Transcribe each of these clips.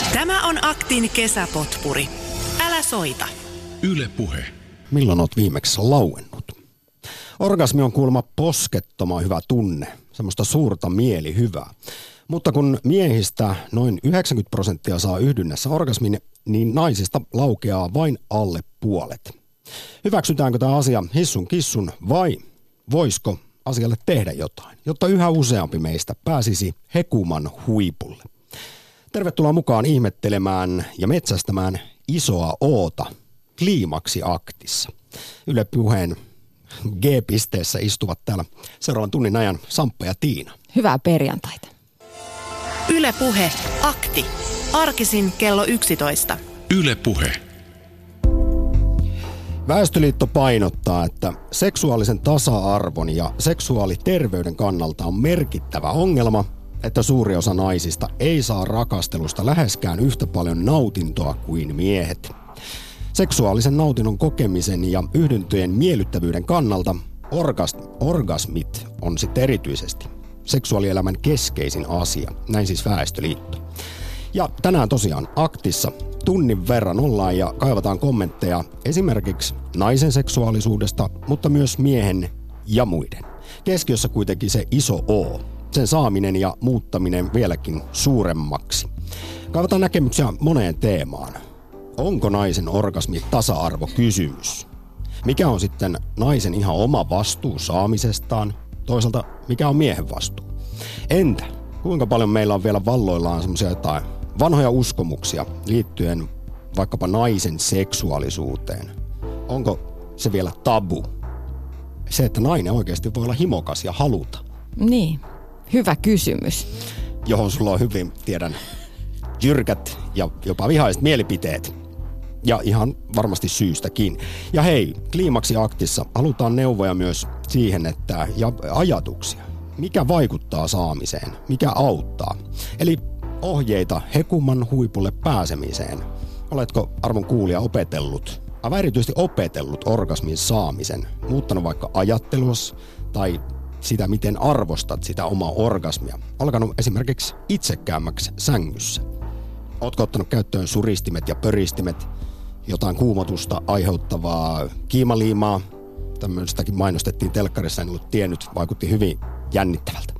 Tämä on Aktin kesäpotpuri. Älä soita. Yle Puhe. Milloin olet viimeksi lauennut? Orgasmi on kuulemma poskettoman hyvä tunne, semmoista suurta mielihyvää. Mutta kun miehistä noin 90% saa yhdynnässä orgasmin, niin naisista laukeaa vain alle puolet. Hyväksytäänkö tämä asia hissun kissun vai voisiko asialle tehdä jotain, jotta yhä useampi meistä pääsisi hekuman huipulle? Tervetuloa mukaan ihmettelemään ja metsästämään isoa oota Kliimaksi-aktissa. Yle Puheen G-pisteessä istuvat täällä seuraavan tunnin ajan Samppa ja Tiina. Hyvää perjantaita. Yle Puhe, akti. Arkisin kello 11. Yle Puhe. Väestöliitto painottaa, että seksuaalisen tasa-arvon ja seksuaaliterveyden kannalta on merkittävä ongelma, että suuri osa naisista ei saa rakastelusta läheskään yhtä paljon nautintoa kuin miehet. Seksuaalisen nautinnon kokemisen ja yhdyntöjen miellyttävyyden kannalta orgasmit on sitten erityisesti seksuaalielämän keskeisin asia, näin siis Väestöliitto. Ja tänään tosiaan aktissa tunnin verran ollaan ja kaivataan kommentteja esimerkiksi naisen seksuaalisuudesta, mutta myös miehen ja muiden. Keskiössä kuitenkin se iso O, sen saaminen ja muuttaminen vieläkin suuremmaksi. Kaivataan näkemyksiä moneen teemaan. Onko naisen orgasmi tasa-arvokysymys? Mikä on sitten naisen ihan oma vastuu saamisestaan? Toisaalta mikä on miehen vastuu? Entä kuinka paljon meillä on vielä valloillaan semmoisia jotain vanhoja uskomuksia liittyen vaikkapa naisen seksuaalisuuteen? Onko se vielä tabu? Se, että nainen oikeasti voi olla himokas ja haluta. Niin, hyvä kysymys. Johon sulla on hyvin, tiedän, jyrkät ja jopa vihaiset mielipiteet. Ja ihan varmasti syystäkin. Ja hei, Kliimaksi-aktissa halutaan neuvoja myös siihen, että ja ajatuksia. Mikä vaikuttaa saamiseen? Mikä auttaa? Eli ohjeita hekuman huipulle pääsemiseen. Oletko, arvon kuulija, opetellut, aivan erityisesti opetellut orgasmin saamisen? Muuttanut vaikka ajatteluas tai sitä, miten arvostat sitä omaa orgasmia? Alkanut esimerkiksi itsekäämmäksi sängyssä. Ootko ottanut käyttöön suristimet ja pöristimet? Jotain kuumotusta aiheuttavaa kiimaliimaa? Tämmöistäkin mainostettiin telkkarissa, en ollut tiennyt, vaikutti hyvin jännittävältä.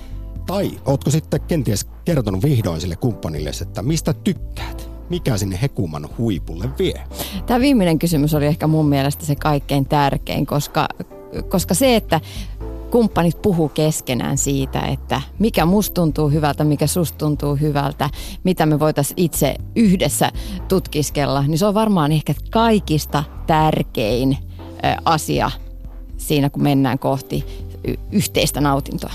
Tai ootko sitten kenties kertonut vihdoin sille kumppanille, että mistä tykkäät? Mikä sinne hekuman huipulle vie? Tämä viimeinen kysymys oli ehkä mun mielestä se kaikkein tärkein, koska se, että kumppanit puhuu keskenään siitä, että mikä musta tuntuu hyvältä, mikä susta tuntuu hyvältä, mitä me voitaisiin itse yhdessä tutkiskella, niin se on varmaan ehkä kaikista tärkein asia siinä, kun mennään kohti yhteistä nautintoa.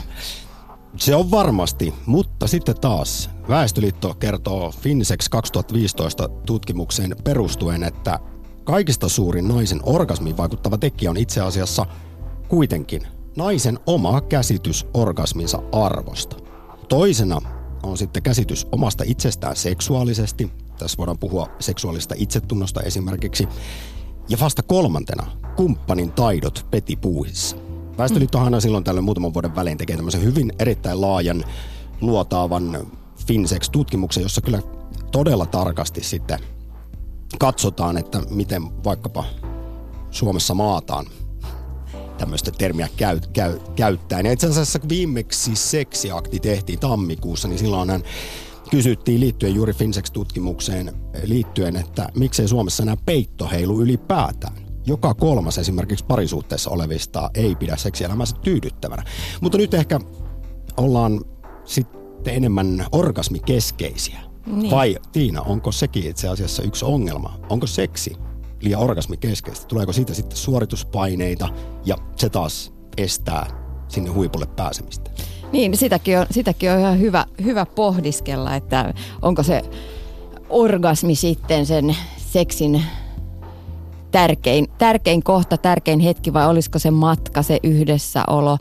Se on varmasti, mutta sitten taas Väestöliitto kertoo Finsex 2015 tutkimukseen perustuen, että kaikista suurin naisen orgasmiin vaikuttava tekijä on itse asiassa kuitenkin naisen oma käsitys orgasminsa arvosta. Toisena on sitten käsitys omasta itsestään seksuaalisesti. Tässä voidaan puhua seksuaalista itsetunnosta esimerkiksi. Ja vasta kolmantena kumppanin taidot petipuuhissa. Väestöliittohan aina silloin tällöin muutaman vuoden välein tekee tämmöisen hyvin erittäin laajan luotaavan Finsex-tutkimuksen, jossa kyllä todella tarkasti sitten katsotaan, että miten vaikkapa Suomessa maataan tämmöistä termiä käyttäen. Ja itse asiassa viimeksi seksiakti tehtiin tammikuussa, niin silloin kysyttiin liittyen juuri Finsex-tutkimukseen liittyen, että miksei Suomessa enää peitto heilu ylipäätään. Joka kolmas esimerkiksi parisuhteessa olevista ei pidä seksielämänsä tyydyttävänä. Mutta nyt ehkä ollaan sitten enemmän orgasmikeskeisiä. Niin. Vai Tiina, onko sekin itse asiassa yksi ongelma? Onko seksi liian orgasmikeskeistä? Tuleeko siitä sitten suorituspaineita ja se taas estää sinne huipulle pääsemistä? Niin, sitäkin on ihan hyvä pohdiskella, että onko se orgasmi sitten sen seksin tärkein kohta, tärkein hetki vai olisiko se matka, se yhdessäolo,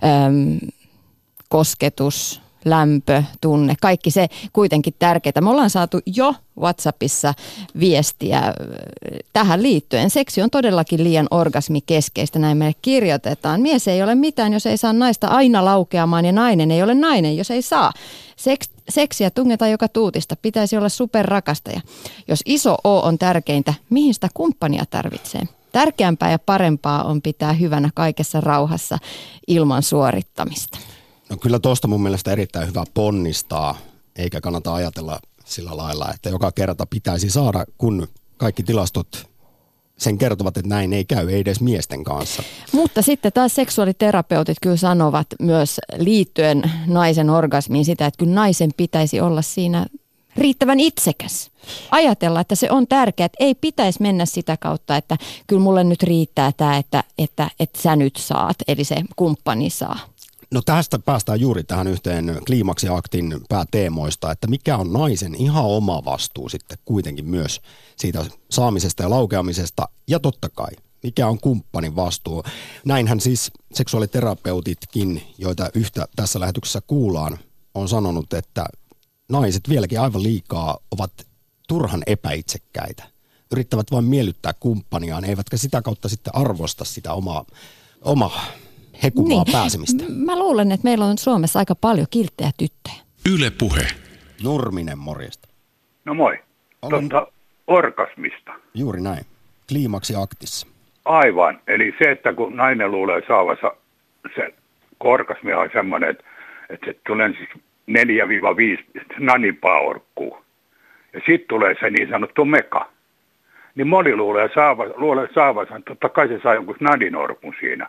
kosketus, lämpö, tunne, kaikki se kuitenkin tärkeää. Me ollaan saatu jo WhatsAppissa viestiä tähän liittyen. Seksi on todellakin liian orgasmikeskeistä, näin meille kirjoitetaan. Mies ei ole mitään, jos ei saa naista aina laukeamaan ja nainen ei ole nainen, jos ei saa. Seksiä tungetaan joka tuutista, pitäisi olla superrakastaja. Jos iso O on tärkeintä, mihin sitä kumppania tarvitsee? Tärkeämpää ja parempaa on pitää hyvänä kaikessa rauhassa ilman suorittamista. No kyllä tuosta mun mielestä erittäin hyvä ponnistaa, eikä kannata ajatella sillä lailla, että joka kerta pitäisi saada, kun kaikki tilastot sen kertovat, että näin ei käy, ei edes miesten kanssa. Mutta sitten taas seksuaaliterapeutit kyllä sanovat myös liittyen naisen orgasmiin sitä, että kyllä naisen pitäisi olla siinä riittävän itsekäs. Ajatella, että se on tärkeää, että ei pitäisi mennä sitä kautta, että kyllä mulle nyt riittää tämä, että sä nyt saat, eli se kumppani saa. No tästä päästään juuri tähän yhteen kliimaksiaktin pääteemoista, että mikä on naisen ihan oma vastuu sitten kuitenkin myös siitä saamisesta ja laukeamisesta ja totta kai, mikä on kumppanin vastuu. Näinhän siis seksuaaliterapeutitkin, joita yhtä tässä lähetyksessä kuullaan, on sanonut, että naiset vieläkin aivan liikaa ovat turhan epäitsekkäitä. Yrittävät vain miellyttää kumppaniaan, eivätkä sitä kautta sitten arvosta sitä omaa hekumaa pääsemistä. Mä luulen, että meillä on Suomessa aika paljon kilttejä tyttöjä. Yle Puhe. Nurminen, morjesta. No moi. Orgasmista. Juuri näin. Kliimaksiaktissa. Aivan. Eli se, että kun nainen luulee saavansa sen, orgasmi on semmoinen, että se tulee siis 4-5 nanipaa orkkuu. Ja sitten tulee se niin sanottu meka. Niin moni luulee saavansa, totta kai se saa jonkun naninorkun siinä.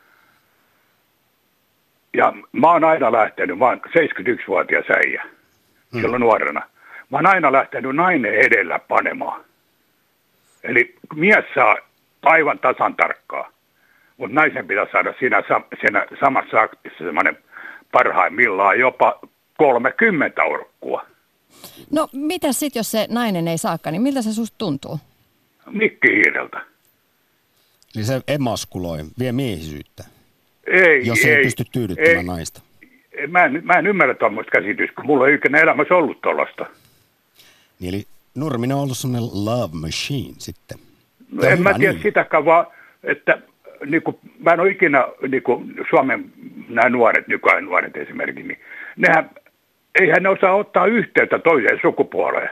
Ja mä oon aina lähtenyt, mä oon 71-vuotias äijä, silloin nuorena. Mä oon aina lähtenyt nainen edellä panemaan. Eli mies saa aivan tasan tarkkaa, mutta naisen pitää saada siinä samassa aktissa semmoinen parhaimmillaan jopa 30 orkkua. No mitä sitten, jos se nainen ei saakaan, niin miltä se susta tuntuu? Mikkihiireltä. Eli se emaskuloi, vie miehisyyttä. Jos ei pysty tyydyttämään naista. Mä en ymmärrä tuommoista käsitystä, kun mulla ei ikinä elämässä ollut tuollaista. Niin, eli Nurminen on ollut semmoinen love machine sitten. No en mä tiedä sitäkään, vaan että niin kuin, mä en ole ikinä, niin kuin Suomen nämä nuoret, nykyajan nuoret esimerkiksi, niin eihän ne osaa ottaa yhteyttä toiseen sukupuoleen.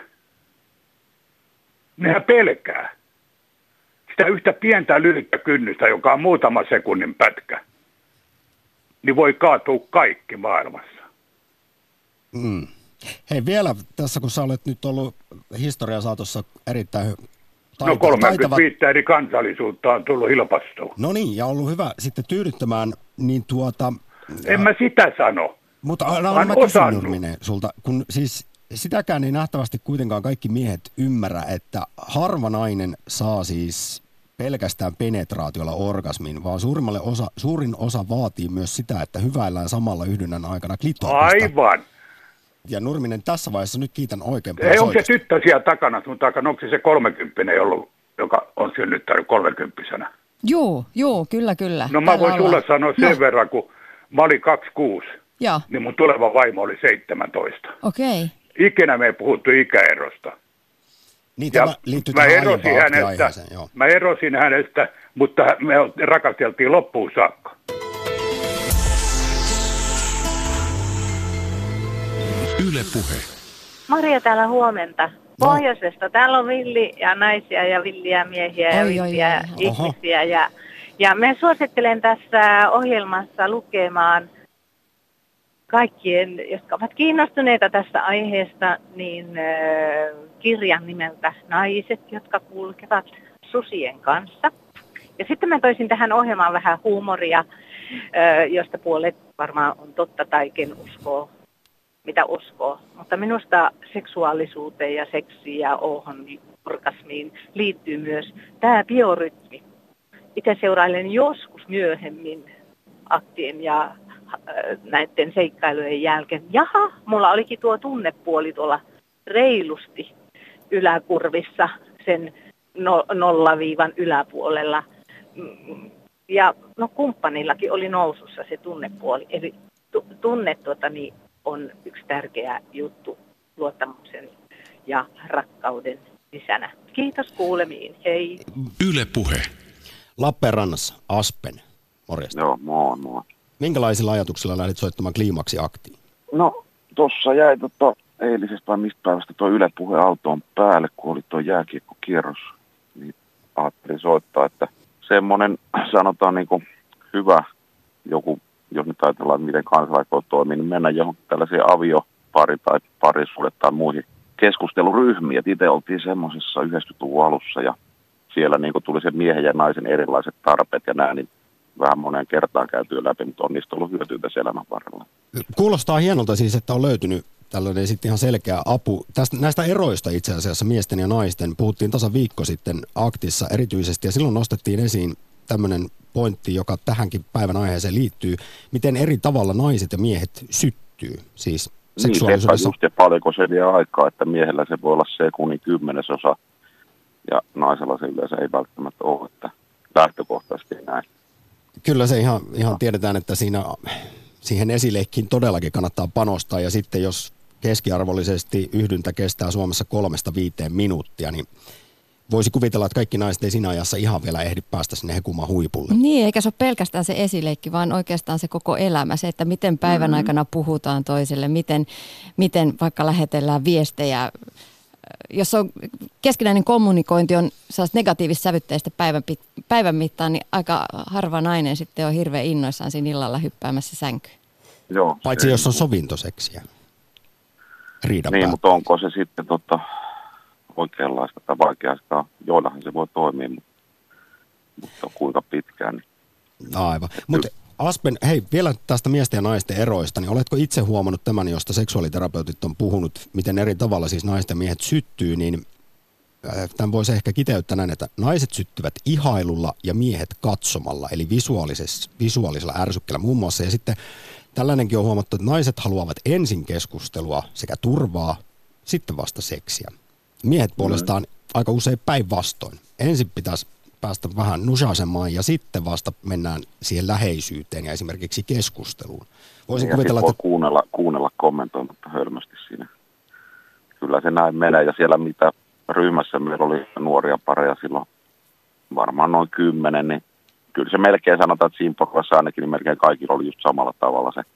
Nehän pelkää sitä yhtä pientä lyhyttä kynnystä, joka on muutama sekunnin pätkä. Niin voi kaatua kaikki maailmassa. Hei vielä tässä, kun sä olet nyt ollut historian saatossa erittäin No 35 eri kansallisuutta on tullut hilpastoon. No niin, ja ollut hyvä sitten tyydyttämään, niin En mä sitä sano. Mutta mä kysyn, Nurminen, sulta, kun siis sitäkään ei nähtävästi kuitenkaan kaikki miehet ymmärrä, että harva nainen saa siis pelkästään penetraatiolla orgasmin, vaan suurin osa vaatii myös sitä, että hyväillään samalla yhdynnän aikana klitorista. Aivan. Ja Nurminen, tässä vaiheessa nyt kiitän oikein paljon. Ei, onko se tyttö siellä takana sun takana? Onko se 30, joka on synnyttänyt 30-vuotiaana? Joo, kyllä. No mä voin sulle sanoa sen verran, kun mä olin 26, niin mun tuleva vaimo oli 17. Okei. Ikinä me ei puhuttu ikäerosta. Niin, tämä liittyy tähän aiheeseen, joo. Mä erosin hänestä, mutta me rakasteltiin loppuun saakka. Yle Puhe. Maria täällä huomenta. Pohjoisesta. Täällä on villiä naisia ja villiä miehiä ja villiä ihmisiä. Ja me suosittelen tässä ohjelmassa lukemaan kaikkien, jotka ovat kiinnostuneita tästä aiheesta, niin kirjan nimeltä Naiset, jotka kulkevat susien kanssa. Ja sitten mä toisin tähän ohjelmaan vähän huumoria, josta puolet varmaan on totta tai ken uskoo, mitä uskoo. Mutta minusta seksuaalisuuteen ja seksiin ja orgasmiin liittyy myös tämä biorytmi. Itse seurailen joskus myöhemmin aktien ja näiden seikkailujen jälkeen. Jaha, mulla olikin tuo tunnepuoli tuolla reilusti yläkurvissa sen nollaviivan yläpuolella. Ja kumppanillakin oli nousussa se tunnepuoli. Eli tunne on yksi tärkeä juttu luottamuksen ja rakkauden lisänä. Kiitos kuulemiin. Hei. Yle Puhe. Lappeenrannassa, Aspen. Morjesta. Joo, moi. Minkälaisilla ajatuksilla lähdit soittamaan kliimaksiaktiin? No, Tuossa jäi eilisestä vai mistä päivästä tuo Yle Puhe autoon päälle, kun oli tuo jääkiekkokierros. Niin ajattelin soittaa, että semmoinen sanotaan niin kuin hyvä joku, jos nyt ajatellaan, että miten kansalaiset toimii, niin mennä johonkin tällaisiin aviopari- tai parisuhde- tai muihin keskusteluryhmiin. Et itse oltiin semmoisessa 90-luvun alussa ja siellä niin kuin tuli se miehen ja naisen erilaiset tarpeet ja näin, niin vähän moneen kertaan käytyy läpi, mutta on niistä ollut hyötyä tässä elämän varrella. Kuulostaa hienolta siis, että on löytynyt tällainen sitten ihan selkeä apu. Näistä eroista itse asiassa miesten ja naisten puhuttiin tasan viikko sitten Aktissa erityisesti ja silloin nostettiin esiin tämmöinen pointti, joka tähänkin päivän aiheeseen liittyy, miten eri tavalla naiset ja miehet syttyy, siis seksuaalisuudessa. Niin, just ja paljonko se vie aikaa, että miehellä se voi olla sekunnin 10% ja naisella se yleensä ei välttämättä ole, että lähtökohtaisesti näin. Kyllä se ihan tiedetään, että siihen esileikkiin todellakin kannattaa panostaa ja sitten jos keskiarvollisesti yhdyntä kestää Suomessa 3-5 minuuttia, niin voisi kuvitella, että kaikki naiset ei siinä ajassa ihan vielä ehdi päästä sinne hekumaan huipulle. Niin, eikä se ole pelkästään se esileikki, vaan oikeastaan se koko elämä. Se, että miten päivän aikana puhutaan toiselle, miten vaikka lähetellään viestejä. Jos on keskinäinen kommunikointi on sellaista negatiivissävytteistä päivän mittaan, niin aika harva nainen sitten on hirveän innoissaan siinä illalla hyppäämässä sänkyyn. Joo. Paitsi jos on sovintoseksiä. Riidan niin, mutta onko se sitten oikeanlaista tai vaikeasta? Joillahan se voi toimia, mutta kuinka pitkään. Niin. Aivan. Mutta Aspen, hei, vielä tästä miesten ja naisten eroista, niin oletko itse huomannut tämän, josta seksuaaliterapeutit on puhunut, miten eri tavalla siis naiset ja miehet syttyy, niin tämän voisi ehkä kiteyttää näin, että naiset syttyvät ihailulla ja miehet katsomalla, eli visuaalisella ärsykkeellä muun muassa. Ja sitten tällainenkin on huomattu, että naiset haluavat ensin keskustelua sekä turvaa, sitten vasta seksiä. Miehet puolestaan aika usein päinvastoin. Ensin pitäisi päästä vähän nusasemaan ja sitten vasta mennään siihen läheisyyteen ja esimerkiksi keskusteluun. Voisin kuvitella, että voi kuunnella kommentoimatta hölmästi siinä. Kyllä se näin menee ja siellä mitä ryhmässä meillä oli nuoria pareja silloin varmaan noin 10, niin kyllä se melkein sanotaan, että siinä porukassa ainakin niin melkein kaikilla oli just samalla tavalla se,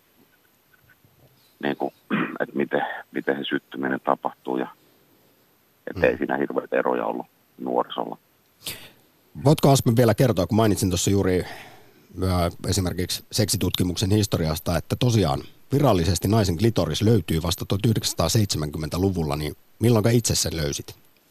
niin kuin, että miten se syttyminen tapahtuu ja ettei siinä hirveitä eroja ollut nuorisolla. Voitko Aspen vielä kertoa, kun mainitsin tuossa juuri esimerkiksi seksitutkimuksen historiasta, että tosiaan virallisesti naisen klitoris löytyy vasta 1970-luvulla, niin milloinka itse sen löysit?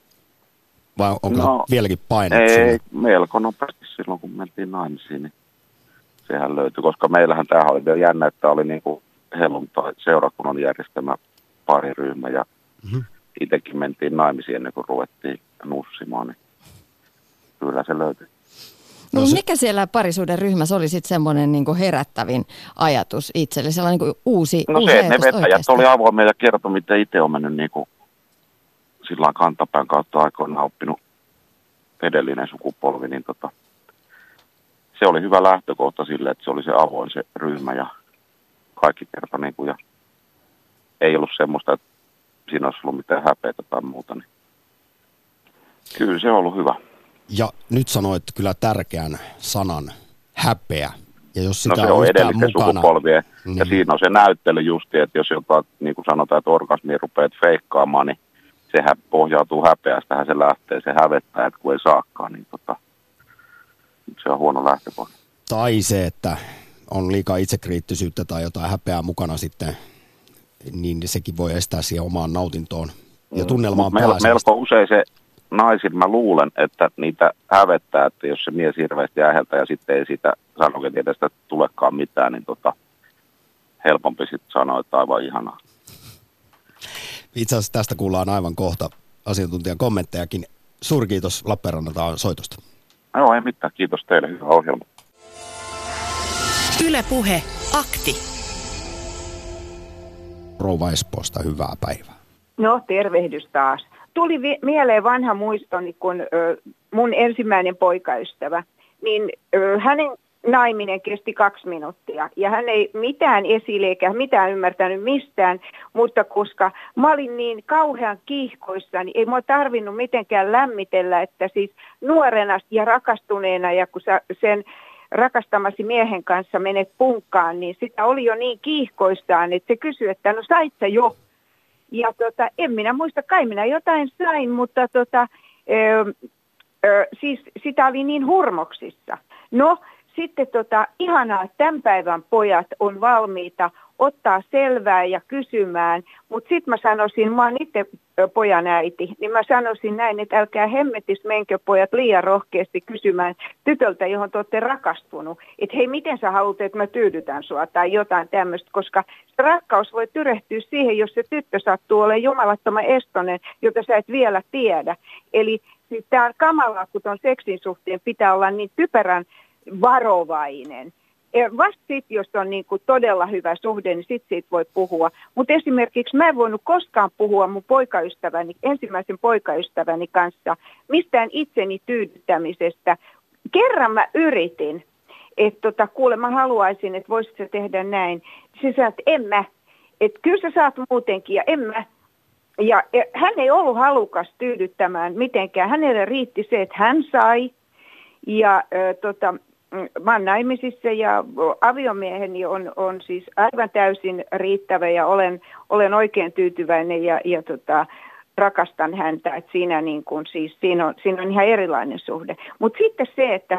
Vai onko vieläkin painettu? Ei, melko nopeasti silloin, kun mentiin naimisiin, niin sehän löytyi, koska meillähän tämähän oli vielä jännä, että oli niin kuin helluntai-seurakunnan järjestämä pariryhmä ja itsekin mentiin naimisiin ennen kuin ruvettiin nussimaan, niin kyllä se löytyi. No mikä siellä parisuuden ryhmässä oli sitten semmoinen niin kuin herättävin ajatus itselle, sellainen niin kuin uusi se, ajatus ne vetäjät oli avoimia ja kertoi, miten itse on mennyt niin kuin sillä kantapään kautta aikoinaan oppinut edellinen sukupolvi, niin se oli hyvä lähtökohta sille, että se oli se avoin se ryhmä ja kaikki kertoi niin kuin, ja ei ollut semmoista, että siinä olisi ollut mitään häpeätä tai muuta, niin kyllä se on ollut hyvä. Ja nyt sanoit kyllä tärkeän sanan, häpeä. Ja jos sitä se on edellisen mukana, sukupolvien. Niin. Ja siinä on se näyttely justi, että jos jotain, niin kuin sanotaan, että orgasmia rupeat feikkaamaan, niin sehän pohjautuu häpeästähän se lähtee. Se hävettää, että kun ei saakaan, niin se on huono lähtökohta. Tai se, että on liikaa itsekriittisyyttä tai jotain häpeää mukana sitten, niin sekin voi estää siihen omaan nautintoon ja tunnelmaan pääsemistä. Melko usein se naisin, mä luulen, että niitä hävettää, että jos se mies hirveästi äheltää ja sitten ei siitä sanokin tietysti tulekaan mitään, niin helpompi sitten sanoa, että aivan ihanaa. Itse asiassa tästä kuullaan aivan kohta asiantuntijan kommenttejakin. Suuri kiitos Lappeenrannalta soitosta. Joo, ei mitään. Kiitos teille. Hyvä ohjelma. Yle Puhe. Akti. Rouva Espoosta, hyvää päivää. No, tervehdys taas. Tuli mieleen vanha muistoni, kun mun ensimmäinen poikaystävä, niin hänen naiminen kesti 2 minuuttia. Ja hän ei mitään esille eikä mitään ymmärtänyt mistään, mutta koska mä olin niin kauhean kiihkoissa, niin ei mua tarvinnut mitenkään lämmitellä, että siis nuorena ja rakastuneena ja kun sen rakastamasi miehen kanssa menet punkkaan, niin sitä oli jo niin kiihkoistaan, että se kysyi, että no sait sä jo? Ja en minä muista, kai minä jotain sain, mutta siis sitä oli niin hurmoksissa. No sitten ihanaa, että tämän päivän pojat on valmiita ottaa selvää ja kysymään, mutta sitten mä sanoisin, mä oon itse pojan äiti, niin mä sanoisin näin, että älkää hemmetis menkö pojat liian rohkeasti kysymään tytöltä, johon te olette rakastunut, että hei, miten sä haluat, että mä tyydytän sua tai jotain tämmöistä, koska se rakkaus voi tyrehtyä siihen, jos se tyttö sattuu olemaan jumalattoman estonen, jota sä et vielä tiedä. Eli siis tää on kamalaa, kun ton seksin suhteen pitää olla niin typerän varovainen. Vasta sitten, jos on niin kuin todella hyvä suhde, niin sitten siitä voi puhua. Mutta esimerkiksi mä en voinut koskaan puhua mun ensimmäisen poikaystäväni kanssa mistään itseni tyydyttämisestä. Kerran mä yritin, että kuule mä haluaisin, että voisit sä tehdä näin. Se sanoi, että en mä. Että kyllä sä saat muutenkin ja en mä. Ja hän ei ollut halukas tyydyttämään mitenkään. Hänelle riitti se, että hän sai ja mä oon naimisissa ja aviomieheni on siis aivan täysin riittävä ja olen oikein tyytyväinen ja rakastan häntä. Et siinä, niin kun, siis, siinä on ihan erilainen suhde. Mutta sitten se, että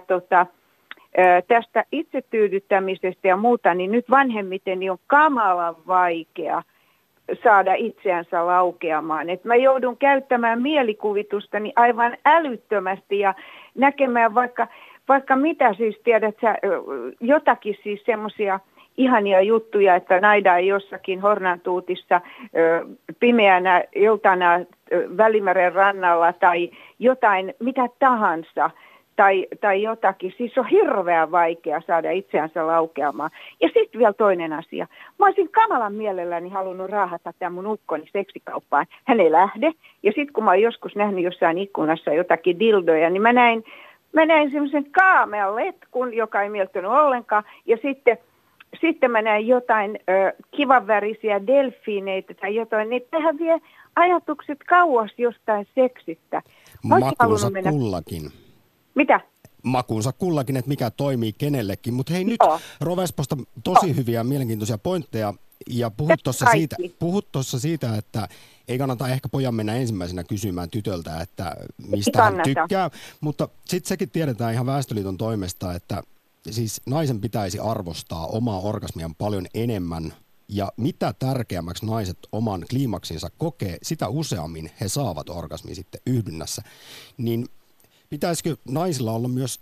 tästä itsetyydyttämisestä ja muuta, niin nyt vanhemmiten on kamalan vaikea saada itseänsä laukeamaan. Et mä joudun käyttämään mielikuvitustani aivan älyttömästi ja näkemään vaikka mitä siis tiedät sä, jotakin siis semmoisia ihania juttuja, että naidaan jossakin Hornantuutissa pimeänä iltana Välimeren rannalla tai jotain, mitä tahansa. Tai jotakin. Siis on hirveän vaikea saada itseänsä laukeamaan. Ja sitten vielä toinen asia. Mä olisin kamalan mielelläni halunnut raahata tämän mun ukkoni seksikauppaan. Hän ei lähde. Ja sitten kun mä oon joskus nähnyt jossain ikkunassa jotakin dildoja, niin mä näin semmoisen kaamean letkun, joka ei mieltynyt ollenkaan. Ja sitten mä näin jotain kivanvärisiä delfiineitä tai jotain. Niin tähän vie ajatukset kauas jostain seksistä. Makuunsa kullakin. Mitä? Makuunsa kullakin, että mikä toimii kenellekin. Mutta hei nyt Rovesposta tosi hyviä mielenkiintoisia pointteja. Ja puhut tuossa siitä, että ei kannata ehkä pojan mennä ensimmäisenä kysymään tytöltä, että mistä hän tykkää. Mutta sitten sekin tiedetään ihan Väestöliiton toimesta, että siis naisen pitäisi arvostaa omaa orgasmiaan paljon enemmän. Ja mitä tärkeämmäksi naiset oman kliimaksinsa kokee, sitä useammin he saavat orgasmin sitten yhdynnässä. Niin pitäisikö naisilla olla myös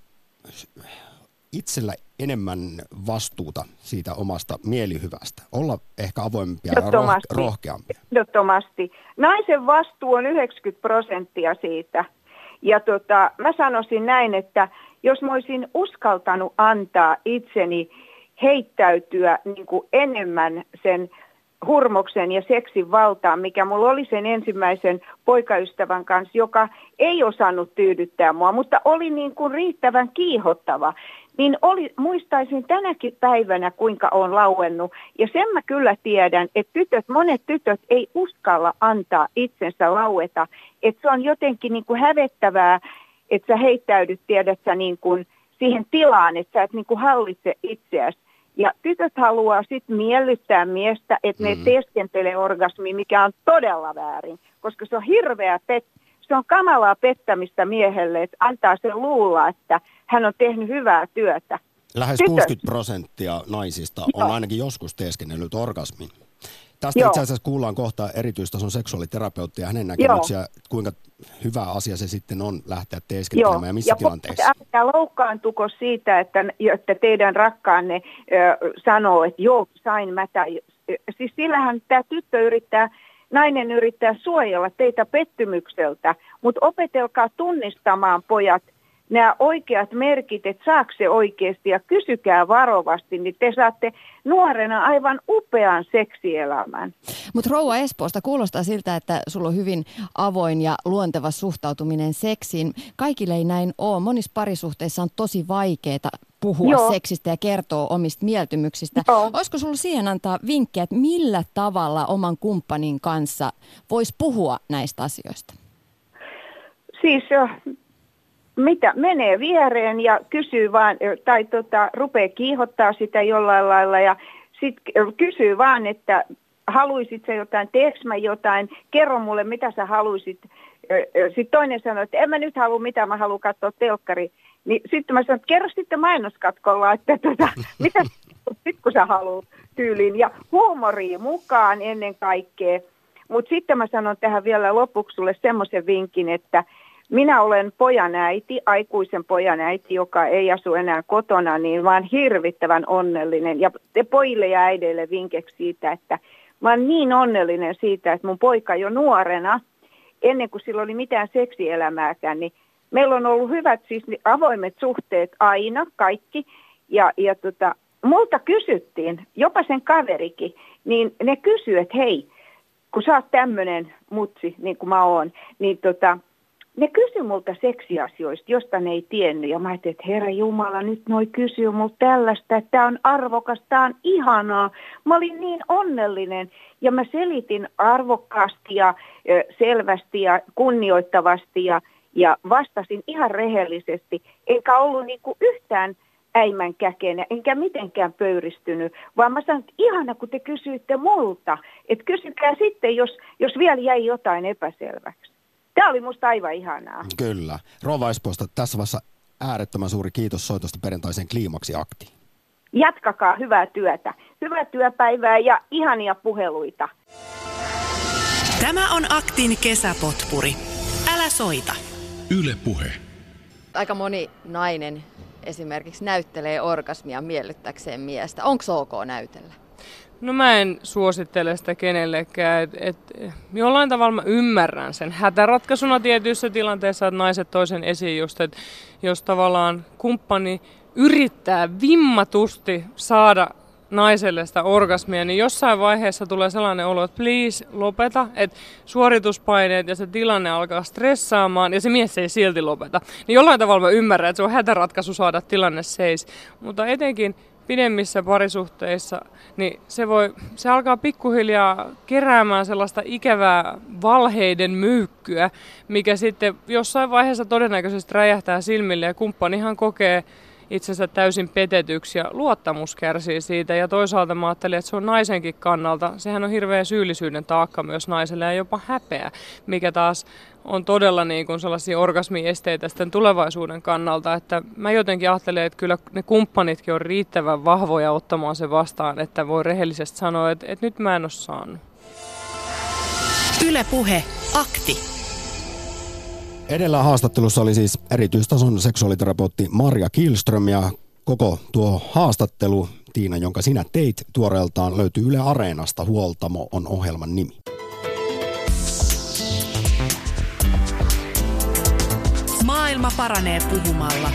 itsellä enemmän vastuuta siitä omasta mielihyvästä? Olla ehkä avoimempia ja rohkeampia? Ehdottomasti. Naisen vastuu on 90% siitä. Ja mä sanoisin näin, että jos mä olisin uskaltanut antaa itseni heittäytyä niin kuin enemmän sen hurmoksen ja seksin valtaan, mikä mulla oli sen ensimmäisen poikaystävän kanssa, joka ei osannut tyydyttää mua, mutta oli niin kuin riittävän kiihottava, niin muistaisin tänäkin päivänä, kuinka on lauennut. Ja sen mä kyllä tiedän, että monet tytöt ei uskalla antaa itsensä laueta, että se on jotenkin niin kuin hävettävää, että sä heittäydyt, tiedät sä niin kuin siihen tilaan, että sä et niin kuin hallitse itseäsi. Ja tytöt haluaa sitten miellyttää miestä, että ne teeskentelee orgasmiin, mikä on todella väärin, koska se on se on kamalaa pettämistä miehelle, että antaa sen luulla, että hän on tehnyt hyvää työtä. Lähes 60% naisista on ainakin joskus teeskennellyt orgasmin. Tästä itse asiassa kuullaan kohta erityistason seksuaaliterapeutti ja hänen näkemyksiä, kuinka hyvä asia se sitten on lähteä teeskentelemään ja missä tilanteessa. Älkää loukkaantuko siitä, että teidän rakkaanne sanoo, että joo, sain mä. Siis sillähän tämä nainen yrittää suojella teitä pettymykseltä, mutta opetelkaa tunnistamaan, pojat, nämä oikeat merkit, että saako se oikeasti ja kysykää varovasti, niin te saatte nuorena aivan upean seksielämän. Mutta rouva Espoosta kuulostaa siltä, että sulla on hyvin avoin ja luonteva suhtautuminen seksiin. Kaikille ei näin ole. Monissa parisuhteissa on tosi vaikeaa puhua seksistä ja kertoa omista mieltymyksistä. Olisiko sulla siihen antaa vinkkejä, että millä tavalla oman kumppanin kanssa voisi puhua näistä asioista? Siis menee viereen ja kysyy vaan, tai rupeaa kiihottaa sitä jollain lailla ja sitten kysyy vaan, että haluisit sä jotain, teekö mä jotain, kerro mulle mitä sä haluisit. Sitten toinen sanoo, että en mä nyt halua mitään, mä haluan katsoa telkkari. Niin sitten mä sanon, että kerro sitten mainoskatkolla, että mitä sit kun sä haluat tyyliin. Ja huumoria mukaan ennen kaikkea. Mutta sitten mä sanon tähän vielä lopuksi sulle semmoisen vinkin, että minä olen pojan äiti, aikuisen pojan äiti, joka ei asu enää kotona, niin vaan hirvittävän onnellinen. Ja pojille ja äideille vinkeksi siitä, että mä oon niin onnellinen siitä, että mun poika jo nuorena, ennen kuin sillä oli mitään seksielämääkään, niin meillä on ollut hyvät siis avoimet suhteet aina, kaikki. Ja multa kysyttiin, jopa sen kaverikin, niin ne kysyy, että hei, kun sä oot tämmönen mutsi, niin kuin mä oon, niin ne kysyi multa seksiasioista, josta ne ei tiennyt. Ja mä ajattelin, että Herra Jumala, nyt noi kysyy multa tällaista, että tää on arvokas, tää on ihanaa. Mä olin niin onnellinen ja mä selitin arvokkaasti ja selvästi ja kunnioittavasti ja vastasin ihan rehellisesti. Enkä ollut niinku yhtään äimän käkenä, enkä mitenkään pöyristynyt, vaan mä sanoin, että ihana kun te kysyitte multa, että kysykää sitten, jos vielä jäi jotain epäselväksi. Tämä oli musta aivan ihanaa. Kyllä. Rouva Espoosta, tässä vaiheessa äärettömän suuri kiitos soitosta perjantaiseen Kliimaksi-aktiin. Jatkakaa hyvää työtä. Hyvää työpäivää ja ihania puheluita. Tämä on Aktin kesäpotpuri. Älä soita. Yle Puhe. Aika moni nainen esimerkiksi näyttelee orgasmia miellyttäkseen miestä. Onko ok näytellä? No mä en suosittele sitä kenellekään. Jollain tavalla mä ymmärrän sen hätäratkaisuna tietyissä tilanteissa, että naiset toisen esiin just, että jos tavallaan kumppani yrittää vimmatusti saada naiselle sitä orgasmia, niin jossain vaiheessa tulee sellainen olo, että please lopeta, että suorituspaineet ja se tilanne alkaa stressaamaan ja se mies ei silti lopeta. Niin jollain tavalla mä ymmärrän, että se on hätäratkaisu saada tilanne seis, mutta etenkin pidemmissä parisuhteissa, niin se alkaa pikkuhiljaa keräämään sellaista ikävää valheiden myykkyä, mikä sitten jossain vaiheessa todennäköisesti räjähtää silmille ja kumppanihan kokee itsensä täysin petetyksi ja luottamus kärsii siitä. Ja toisaalta mä ajattelin, että se on naisenkin kannalta. Sehän on hirveä syyllisyyden taakka myös naiselle ja jopa häpeä, mikä taas on todella niin kuin sellaisia orgasmiesteitä sitten tulevaisuuden kannalta. Että mä jotenkin ajattelen, että kyllä ne kumppanitkin on riittävän vahvoja ottamaan se vastaan, että voi rehellisesti sanoa, että nyt mä en ole saanut. Yle Puhe. Akti. Edellä haastattelussa oli siis erityistason seksuaaliterapeutti Marja Kihlström ja koko tuo haastattelu, Tiina, jonka sinä teit tuoreeltaan, löytyy Yle Areenasta. Huoltamo on ohjelman nimi. Maailma paranee puhumalla.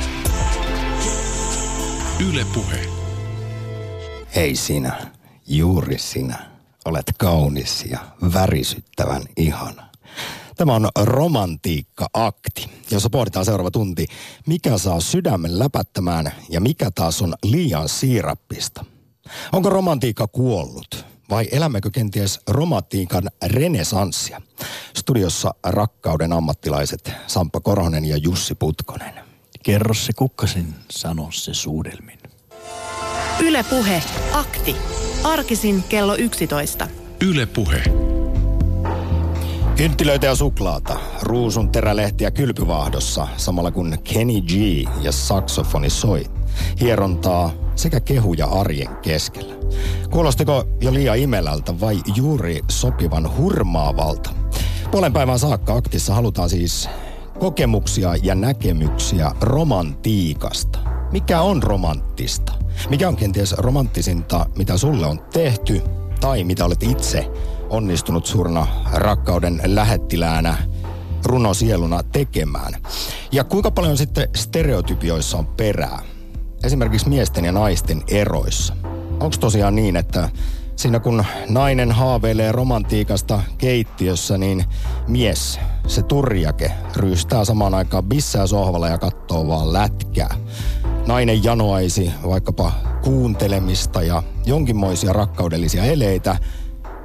Yle Puhe. Hei sinä, juuri sinä, olet kaunis ja värisyttävän ihana. Tämä on Romantiikka-akti, jossa pohditaan seuraava tunti, mikä saa sydämen läpättämään ja mikä taas on liian siirappista. Onko romantiikka kuollut vai elämmekö kenties romantiikan renesanssia? Studiossa rakkauden ammattilaiset Samppa Korhonen ja Jussi Putkonen. Kerro se kukkasen, sano se suudelmin. Yle Puhe. Akti. Arkisin kello 11. Yle Puhe. Kynttilöitä ja suklaata, ruusun terälehtiä kylpyvaahdossa, samalla kun Kenny G ja saksofoni soi. Hierontaa sekä kehuja arjen keskellä. Kuulostiko jo liian imelältä vai juuri sopivan hurmaavalta? Puolen päivän saakka aktissa halutaan siis kokemuksia ja näkemyksiä romantiikasta. Mikä on romanttista? Mikä on kenties romanttisinta, mitä sulle on tehty tai mitä olet itse onnistunut suurena rakkauden lähettiläänä, runosieluna tekemään? Ja kuinka paljon sitten stereotypioissa on perää? Esimerkiksi miesten ja naisten eroissa. Onko tosiaan niin, että siinä kun nainen haaveilee romantiikasta keittiössä, niin mies, se turjake, ryystää samaan aikaan bissää sohvalla ja katsoo vaan lätkää. Nainen janoaisi vaikkapa kuuntelemista ja jonkinmoisia rakkaudellisia eleitä,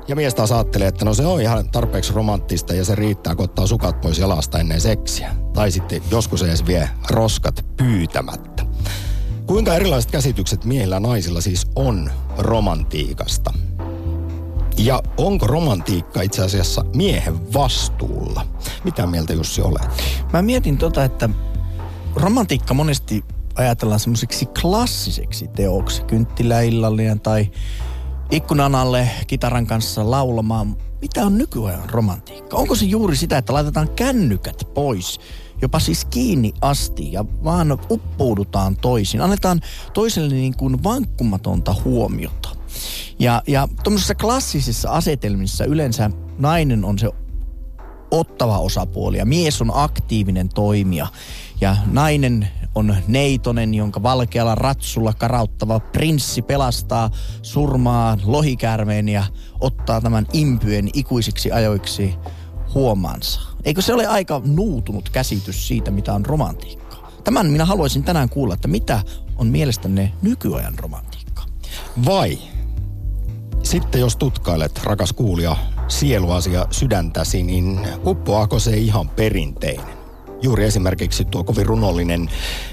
Ja mies taas ajattelee, että no se on ihan tarpeeksi romanttista ja se riittää, kun ottaa sukat pois jalasta ennen seksiä. Tai sitten joskus edes vie roskat pyytämättä. Kuinka erilaiset käsitykset miehillä ja naisilla siis on romantiikasta? Ja onko romantiikka itse asiassa miehen vastuulla? Mitä mieltä Jussi olet? Mä mietin että romantiikka monesti ajatellaan semmoiseksi klassiseksi teoksi. Kynttiläillallinen tai ikkunan alle kitaran kanssa laulamaan. Mitä on nykyajan romantiikka? Onko se juuri sitä, että laitetaan kännykät pois, jopa siis kiinni asti ja vaan uppoudutaan toisiin? Annetaan toiselle niin kuin vankkumatonta huomiota. Ja tuollaisissa klassisissa asetelmissa yleensä nainen on se ottava osapuoli ja mies on aktiivinen toimija. Ja nainen on neitonen, jonka valkealla ratsulla karauttava prinssi pelastaa, surmaa lohikäärmeen ja ottaa tämän impyen ikuisiksi ajoiksi huomaansa. Eikö se ole aika nuutunut käsitys siitä, mitä on romantiikkaa? Tämän minä haluaisin tänään kuulla, että mitä on mielestänne nykyajan romantiikka? Vai sitten jos tutkailet, rakas kuulija, sieluasia sydäntäsi, niin uppoaako se ihan perinteinen? Juuri esimerkiksi tuo kovin runollinen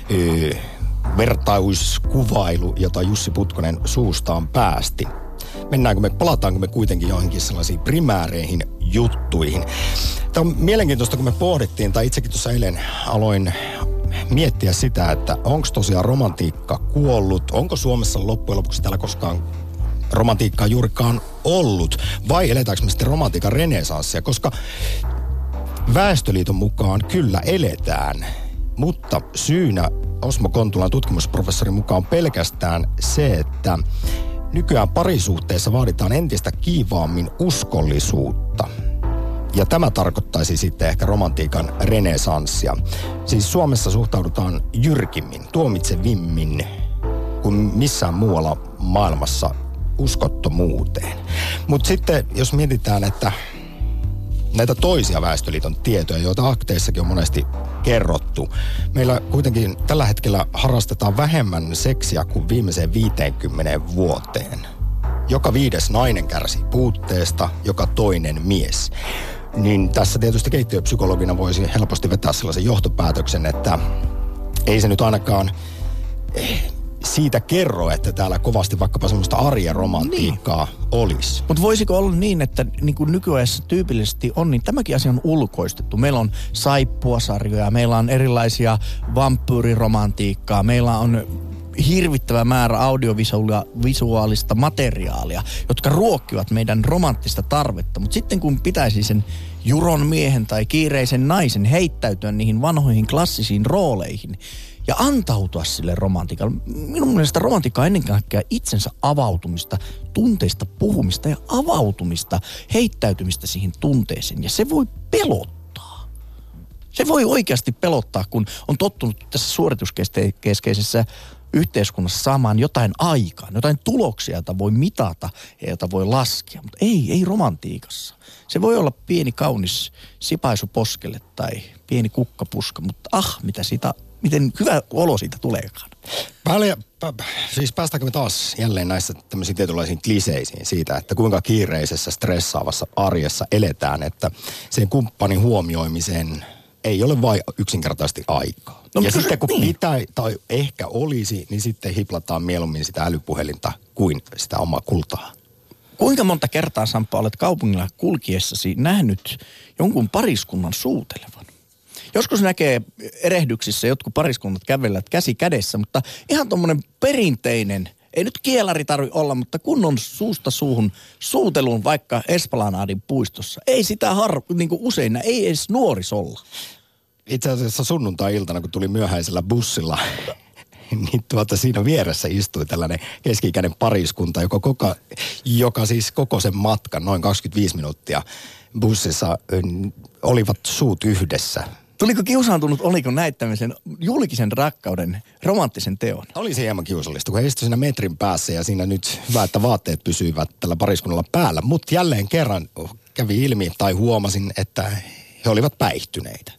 vertauskuvailu, jota Jussi Putkonen suustaan päästi. Palataanko me kuitenkin johonkin sellaisiin primääreihin juttuihin? Tämä on mielenkiintoista, kun me pohdittiin, tai itsekin tuossa eilen aloin miettiä sitä, että onko tosiaan romantiikka kuollut, onko Suomessa loppujen lopuksi täällä koskaan romantiikkaa juurikaan ollut, vai eletäänkö me sitten romantiikan renesanssia, koska Väestöliiton mukaan kyllä eletään, mutta syynä Osmo Kontulan tutkimusprofessorin mukaan on pelkästään se, että nykyään parisuhteessa vaaditaan entistä kiivaammin uskollisuutta. Ja tämä tarkoittaisi sitten ehkä romantiikan renesanssia. Siis Suomessa suhtaudutaan jyrkimmin, tuomitsevimmin kuin missään muualla maailmassa uskottomuuteen. Mutta sitten jos mietitään, että näitä toisia Väestöliiton tietoja, joita akteissakin on monesti kerrottu. Meillä kuitenkin tällä hetkellä harrastetaan vähemmän seksiä kuin viimeiseen 50 vuoteen. Joka 5. nainen kärsii puutteesta, joka toinen mies. Niin tässä tietysti keittiöpsykologina voisi helposti vetää sellaisen johtopäätöksen, että ei se nyt ainakaan siitä kerro, että täällä kovasti vaikkapa semmoista arjen romantiikkaa olisi. Mutta voisiko olla niin, että niin kuin nykyajassa tyypillisesti on, niin tämäkin asia on ulkoistettu. Meillä on saippuasarjoja, meillä on erilaisia vampyyriromantiikkaa, meillä on hirvittävä määrä audiovisuaalista materiaalia, jotka ruokkivat meidän romanttista tarvetta. Mutta sitten kun pitäisi sen juron miehen tai kiireisen naisen heittäytyä niihin vanhoihin klassisiin rooleihin ja antautua sille romantiikalle. Minun mielestä romantiikka on ennen kaikkea itsensä avautumista, tunteista puhumista ja avautumista, heittäytymistä siihen tunteeseen. Ja se voi pelottaa. Se voi oikeasti pelottaa, kun on tottunut tässä suorituskeskeisessä yhteiskunnassa saamaan jotain aikaan, jotain tuloksia, joita voi mitata ja joita voi laskea. Mutta ei romantiikassa. Se voi olla pieni kaunis sipaisu poskelle tai pieni kukkapuska, mutta miten hyvä olo siitä tuleekaan. Siis päästäänkö me taas jälleen näissä tämmöisiin tietynlaisiin kliseisiin siitä, että kuinka kiireisessä, stressaavassa arjessa eletään, että sen kumppanin huomioimiseen ei ole vain yksinkertaisesti aikaa. No, ja sitten kun pitää tai ehkä olisi, niin sitten hiplataan mieluummin sitä älypuhelinta kuin sitä omaa kultaa. Kuinka monta kertaa, Samppa, olet kaupungilla kulkiessasi nähnyt jonkun pariskunnan suutelevan? Joskus näkee erehdyksissä jotkut pariskunnat kävellät käsi kädessä, mutta ihan tommonen perinteinen, ei nyt kielari tarvitse olla, mutta kunnon suusta suuhun suutelun vaikka Esplanadin puistossa. Ei sitä usein, ei edes nuorisolla. Itse asiassa sunnuntai-iltana, kun tuli myöhäisellä bussilla, niin siinä vieressä istui tällainen keski-ikäinen pariskunta, joka siis koko sen matkan, noin 25 minuuttia bussissa, olivat suut yhdessä. Tuliko kiusaantunut, oliko näit tämmöisen julkisen rakkauden romanttisen teon? Oli se hieman kiusallista, kun he istuivat siinä metrin päässä ja siinä nyt hyvä, että vaatteet pysyivät tällä pariskunnalla päällä. Mutta jälleen kerran kävi ilmi tai huomasin, että he olivat päihtyneitä.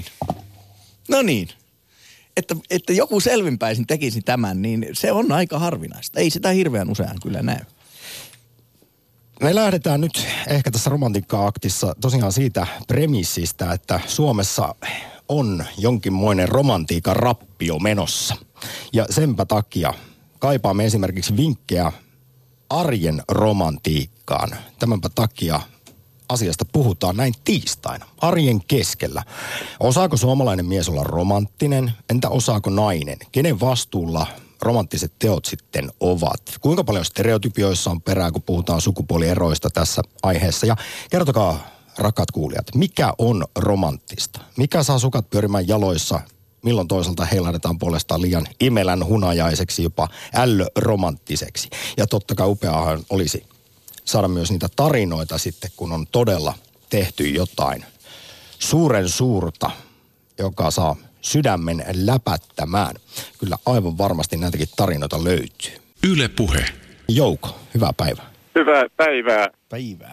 No niin. Että joku selvinpäisin tekisi tämän, niin se on aika harvinaista. Ei sitä hirveän usein kyllä näy. Me lähdetään nyt ehkä tässä romantiikka-aktissa tosiaan siitä premissistä, että Suomessa on jonkinmoinen romantiikan rappio menossa. Ja senpä takia kaipaamme esimerkiksi vinkkejä arjen romantiikkaan. Tämänpä takia asiasta puhutaan näin tiistaina, arjen keskellä. Osaako suomalainen mies olla romanttinen? Entä osaako nainen? Kenen vastuulla romanttiset teot sitten ovat? Kuinka paljon stereotypioissa on perää, kun puhutaan sukupuolieroista tässä aiheessa? Ja kertokaa, rakkaat kuulijat, mikä on romanttista? Mikä saa sukat pyörimään jaloissa? Milloin toisaalta heilahdetaan puolestaan liian imelän hunajaiseksi, jopa ällöromanttiseksi? Ja totta kai upeahan olisi saada myös niitä tarinoita sitten, kun on todella tehty jotain suuren suurta, joka saa sydämen läpättämään. Kyllä aivan varmasti näitäkin tarinoita löytyy. Yle Puhe. Jouko, hyvää päivää. Hyvää päivää. Päivää.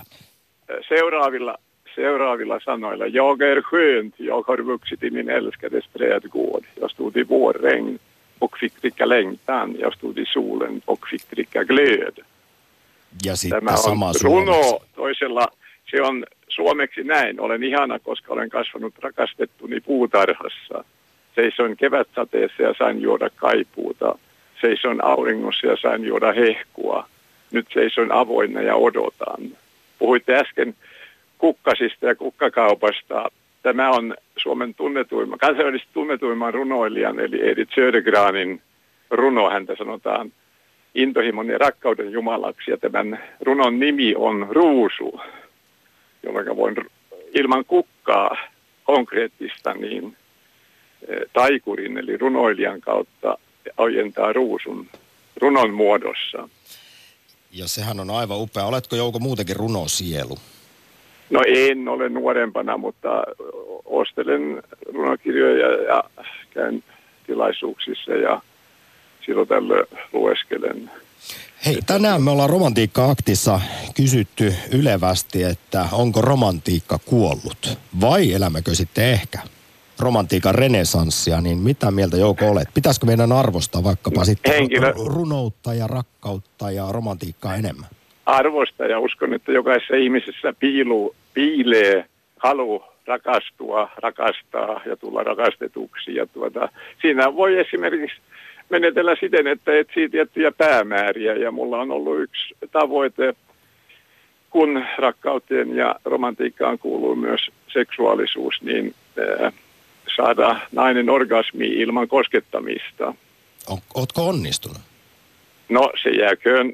Seuraavilla sanoilla. Jag är skönt, jag har vuxit i min älskades trädgård. Jag stod i vårregn och fick dricka längtan. Jag stod i solen och fick dricka glöd. Ja sitten tämä sama on runo toisella. Se on suomeksi näin. Olen ihana, koska olen kasvanut rakastettuni puutarhassa. Seisoin kevätsateessa ja sain juoda kaipuuta. Seisoin auringossa ja sain juoda hehkua. Nyt seisoin avoinna ja odotan. Puhuitte äsken kukkasista ja kukkakaupasta. Tämä on Suomen kansainvälisesti tunnetuimman runoilijan, eli Edith Södergranin runo. Häntä sanotaan intohimon ja rakkauden jumalaksi. Ja tämän runon nimi on Ruusu, jolloin voin ilman kukkaa konkreettista niin taikurin, eli runoilijan kautta ojentaa ruusun runon muodossa. Ja sehän on aivan upea. Oletko Jouko muutenkin runosielu? No en ole nuorempana, mutta ostelen runokirjoja ja käyn tilaisuuksissa ja silloin tällöin lueskelen. Hei, tänään me ollaan Romantiikka-aktissa kysytty ylevästi, että onko romantiikka kuollut vai elämmekö sitten ehkä romantiikan renesanssia, niin mitä mieltä Jouko olet? Pitäisikö meidän arvostaa vaikkapa sitten runoutta ja rakkautta ja romantiikkaa enemmän? Arvosta ja uskon, että jokaisessa ihmisessä piilee halu rakastua, rakastaa ja tulla rakastetuksi. Ja siinä voi esimerkiksi menetellä siten, että etsii tiettyjä päämääriä. Ja mulla on ollut yksi tavoite, kun rakkauteen ja romantiikkaan kuuluu myös seksuaalisuus, niin saada nainen orgasmi ilman koskettamista. Ootko onnistunut? No se jääköön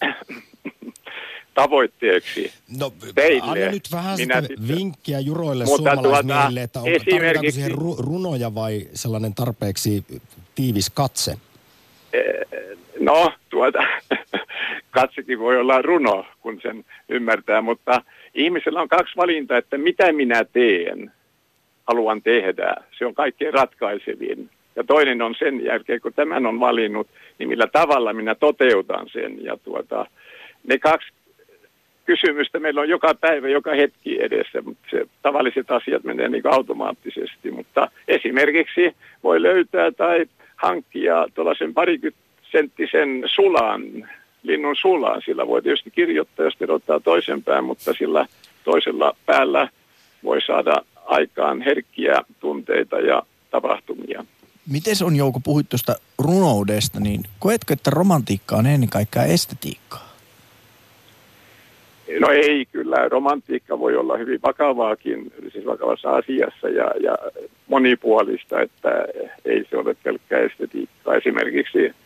tavoitteeksi teille. Anna nyt vähän vinkkiä juroille suomalaismiehille, että tarvitaanko siihen runoja vai sellainen tarpeeksi tiivis katse? No, katsekin voi olla runo, kun sen ymmärtää, mutta ihmisellä on kaksi valintaa, että mitä minä teen, haluan tehdä. Se on kaikkein ratkaisevin. Ja toinen on sen jälkeen, kun tämän on valinnut, niin millä tavalla minä toteutan sen. Ja ne kaksi kysymystä meillä on joka päivä, joka hetki edessä, mutta se tavalliset asiat menee niin kuin automaattisesti. Mutta esimerkiksi voi löytää tai hankkia tuollaisen 20-senttisen sulan, linnun sulan. Sillä voi tietysti kirjoittaa, jos odottaa toisen pään, mutta sillä toisella päällä voi saada aikaan herkkiä tunteita ja tapahtumia. Miten on, Jouko, puhuit tuosta runoudesta, niin koetko, että romantiikka on ennen kaikkea estetiikkaa? No ei, kyllä romantiikka voi olla hyvin vakavaakin, siis vakavassa asiassa ja monipuolista, että ei se ole pelkkää estetiikkaa. Esimerkiksi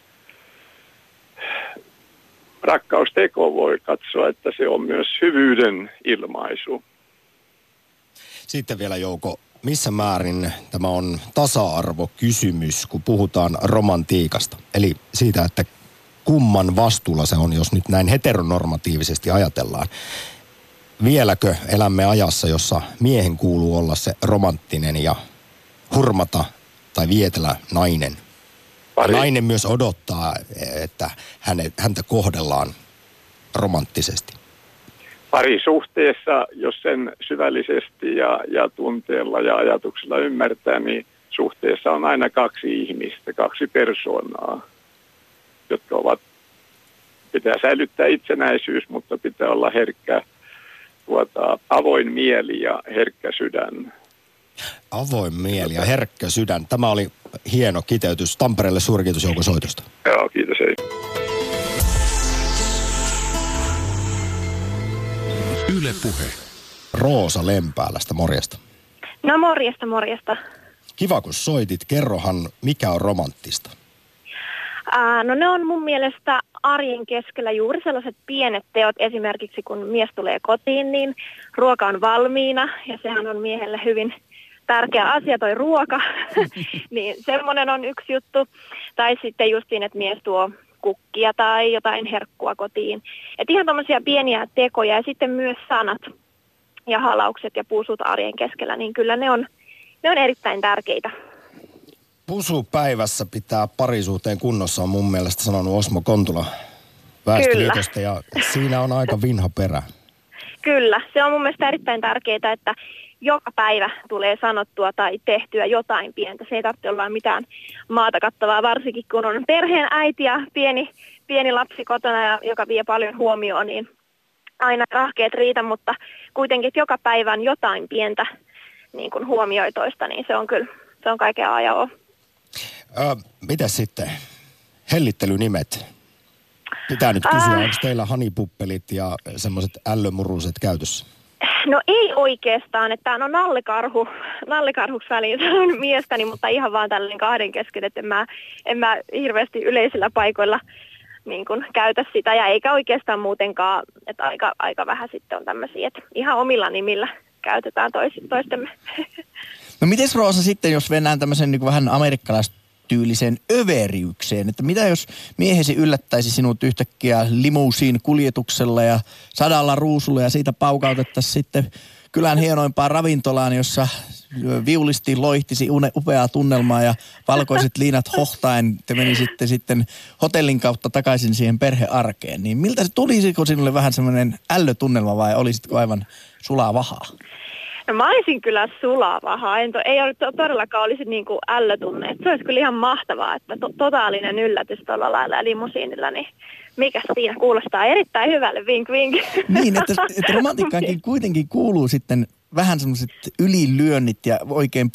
rakkausteko voi katsoa, että se on myös hyvyyden ilmaisu. Sitten vielä Jouko, missä määrin tämä on tasa-arvokysymys, kun puhutaan romantiikasta? Eli siitä, että kumman vastuulla se on, jos nyt näin heteronormatiivisesti ajatellaan. Vieläkö elämme ajassa, jossa miehen kuuluu olla se romanttinen ja hurmata tai vietellä nainen? Nainen myös odottaa, että häntä kohdellaan romanttisesti. Parisuhteessa, jos sen syvällisesti ja tunteella ja ajatuksella ymmärtää, niin suhteessa on aina kaksi ihmistä, kaksi persoonaa, jotka ovat pitää säilyttää itsenäisyys, mutta pitää olla herkkä, avoin mieli ja herkkä sydän. Avoin mieli ja herkkä sydän. Tämä oli hieno kiteytys. Tampereelle suuri kiitos Jouko soitosta. Joo, kiitos. Hei. Yle Puhe. Roosa Lempäälästä, morjesta. No morjesta. Kiva kun soitit. Kerrohan, mikä on romanttista? No ne on mun mielestä arjen keskellä juuri sellaiset pienet teot. Esimerkiksi kun mies tulee kotiin, niin ruoka on valmiina ja sehän on miehelle hyvin tärkeä asia toi ruoka. Niin semmoinen on yksi juttu. Tai sitten justiin, että mies tuo kukkia tai jotain herkkua kotiin. Että ihan tommosia pieniä tekoja ja sitten myös sanat ja halaukset ja pusut arjen keskellä, niin kyllä ne on erittäin tärkeitä. Pusupäivässä pitää parisuhteen kunnossa, on mun mielestä sanonut Osmo Kontula Väestöliitosta, ja siinä on aika vinha perä. Kyllä, se on mun mielestä erittäin tärkeää, että joka päivä tulee sanottua tai tehtyä jotain pientä. Se ei tarvitse olla mitään maata kattavaa, varsinkin kun on perheen äiti ja pieni lapsi kotona, ja joka vie paljon huomioon, niin aina rahkeet riitä, mutta kuitenkin joka päivän jotain pientä niin kuin huomioi toista, niin se on kaiken A ja O. Mitäs sitten? Hellittelynimet. Pitää nyt kysyä, onko teillä hanipuppelit ja semmoiset ällömuruset käytössä? No ei oikeastaan, että no nallekarhuksi väliin sanon miestäni, mutta ihan vaan tällainen kahden kesken, että en mä hirveästi yleisillä paikoilla niin kuin käytä sitä, ja eikä oikeastaan muutenkaan, että aika vähän sitten on tämmöisiä, että ihan omilla nimillä käytetään toistemme. No mites Roosa sitten, jos mennään tämmöisen niin kuin vähän amerikkalaistyylisen överiykseen, että mitä jos miehesi yllättäisi sinut yhtäkkiä limuusiin kuljetuksella ja 100 ruusulla ja siitä paukautettaisiin sitten kylän hienoimpaan ravintolaan, jossa viulisti loihtisi upeaa tunnelmaa ja valkoiset liinat hohtaen te menisitte sitten hotellin kautta takaisin siihen perhearkeen. Niin miltä se tulisiko sinulle vähän semmoinen ällötunnelma vai olisitko aivan sulaa vahaa? No mä olisin kyllä sulaa vahaa. Ei todellakaan olisi niin kuin ällötunne. Se olisi kyllä ihan mahtavaa, että totaalinen yllätys tuolla lailla limusiinilla, niin mikä siinä kuulostaa erittäin hyvälle, vink vink. Niin, että romantiikkaankin kuitenkin kuuluu sitten vähän semmoiset ylilyönnit ja oikein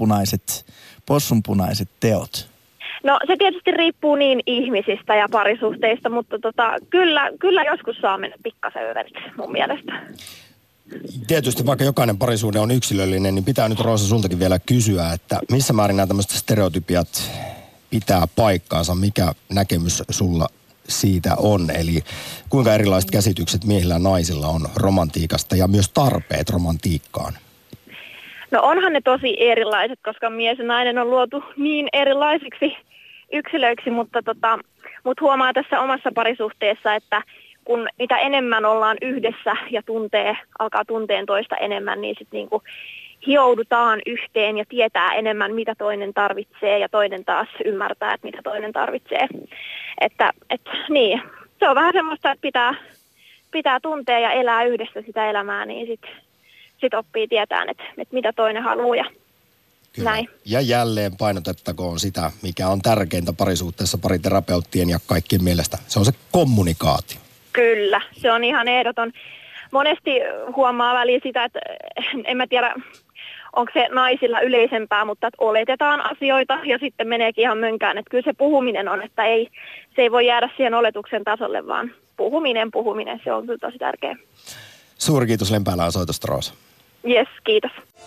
possunpunaiset teot. No se tietysti riippuu niin ihmisistä ja parisuhteista, mutta kyllä joskus saa mennä pikkasen överiksi mun mielestä. Tietysti vaikka jokainen parisuhde on yksilöllinen, niin pitää nyt Roosa sultakin vielä kysyä, että missä määrin nämä tämmöiset stereotypiat pitää paikkaansa, mikä näkemys sulla siitä on, eli kuinka erilaiset käsitykset miehillä ja naisilla on romantiikasta ja myös tarpeet romantiikkaan? No onhan ne tosi erilaiset, koska mies ja nainen on luotu niin erilaisiksi yksilöiksi, mutta huomaa tässä omassa parisuhteessa, että kun mitä enemmän ollaan yhdessä ja alkaa tunteen toista enemmän, niin sitten niinku hioudutaan yhteen ja tietää enemmän, mitä toinen tarvitsee, ja toinen taas ymmärtää, että mitä toinen tarvitsee. Että niin, se on vähän semmoista, että pitää tuntea ja elää yhdessä sitä elämää, niin sit oppii tietään, että mitä toinen haluaa ja kyllä. Näin. Ja jälleen painotettakoon sitä, mikä on tärkeintä parisuhteessa pariterapeuttien ja kaikkien mielestä. Se on se kommunikaatio. Kyllä, se on ihan ehdoton. Monesti huomaa väliin sitä, että en mä tiedä, onko se naisilla yleisempää, mutta että oletetaan asioita ja sitten meneekin ihan mönkään. Että kyllä se puhuminen on, että se ei voi jäädä siihen oletuksen tasolle, vaan puhuminen, se on kyllä tosi tärkeä. Suuri kiitos Lempäälän soitosta, Roosa. Jes, kiitos.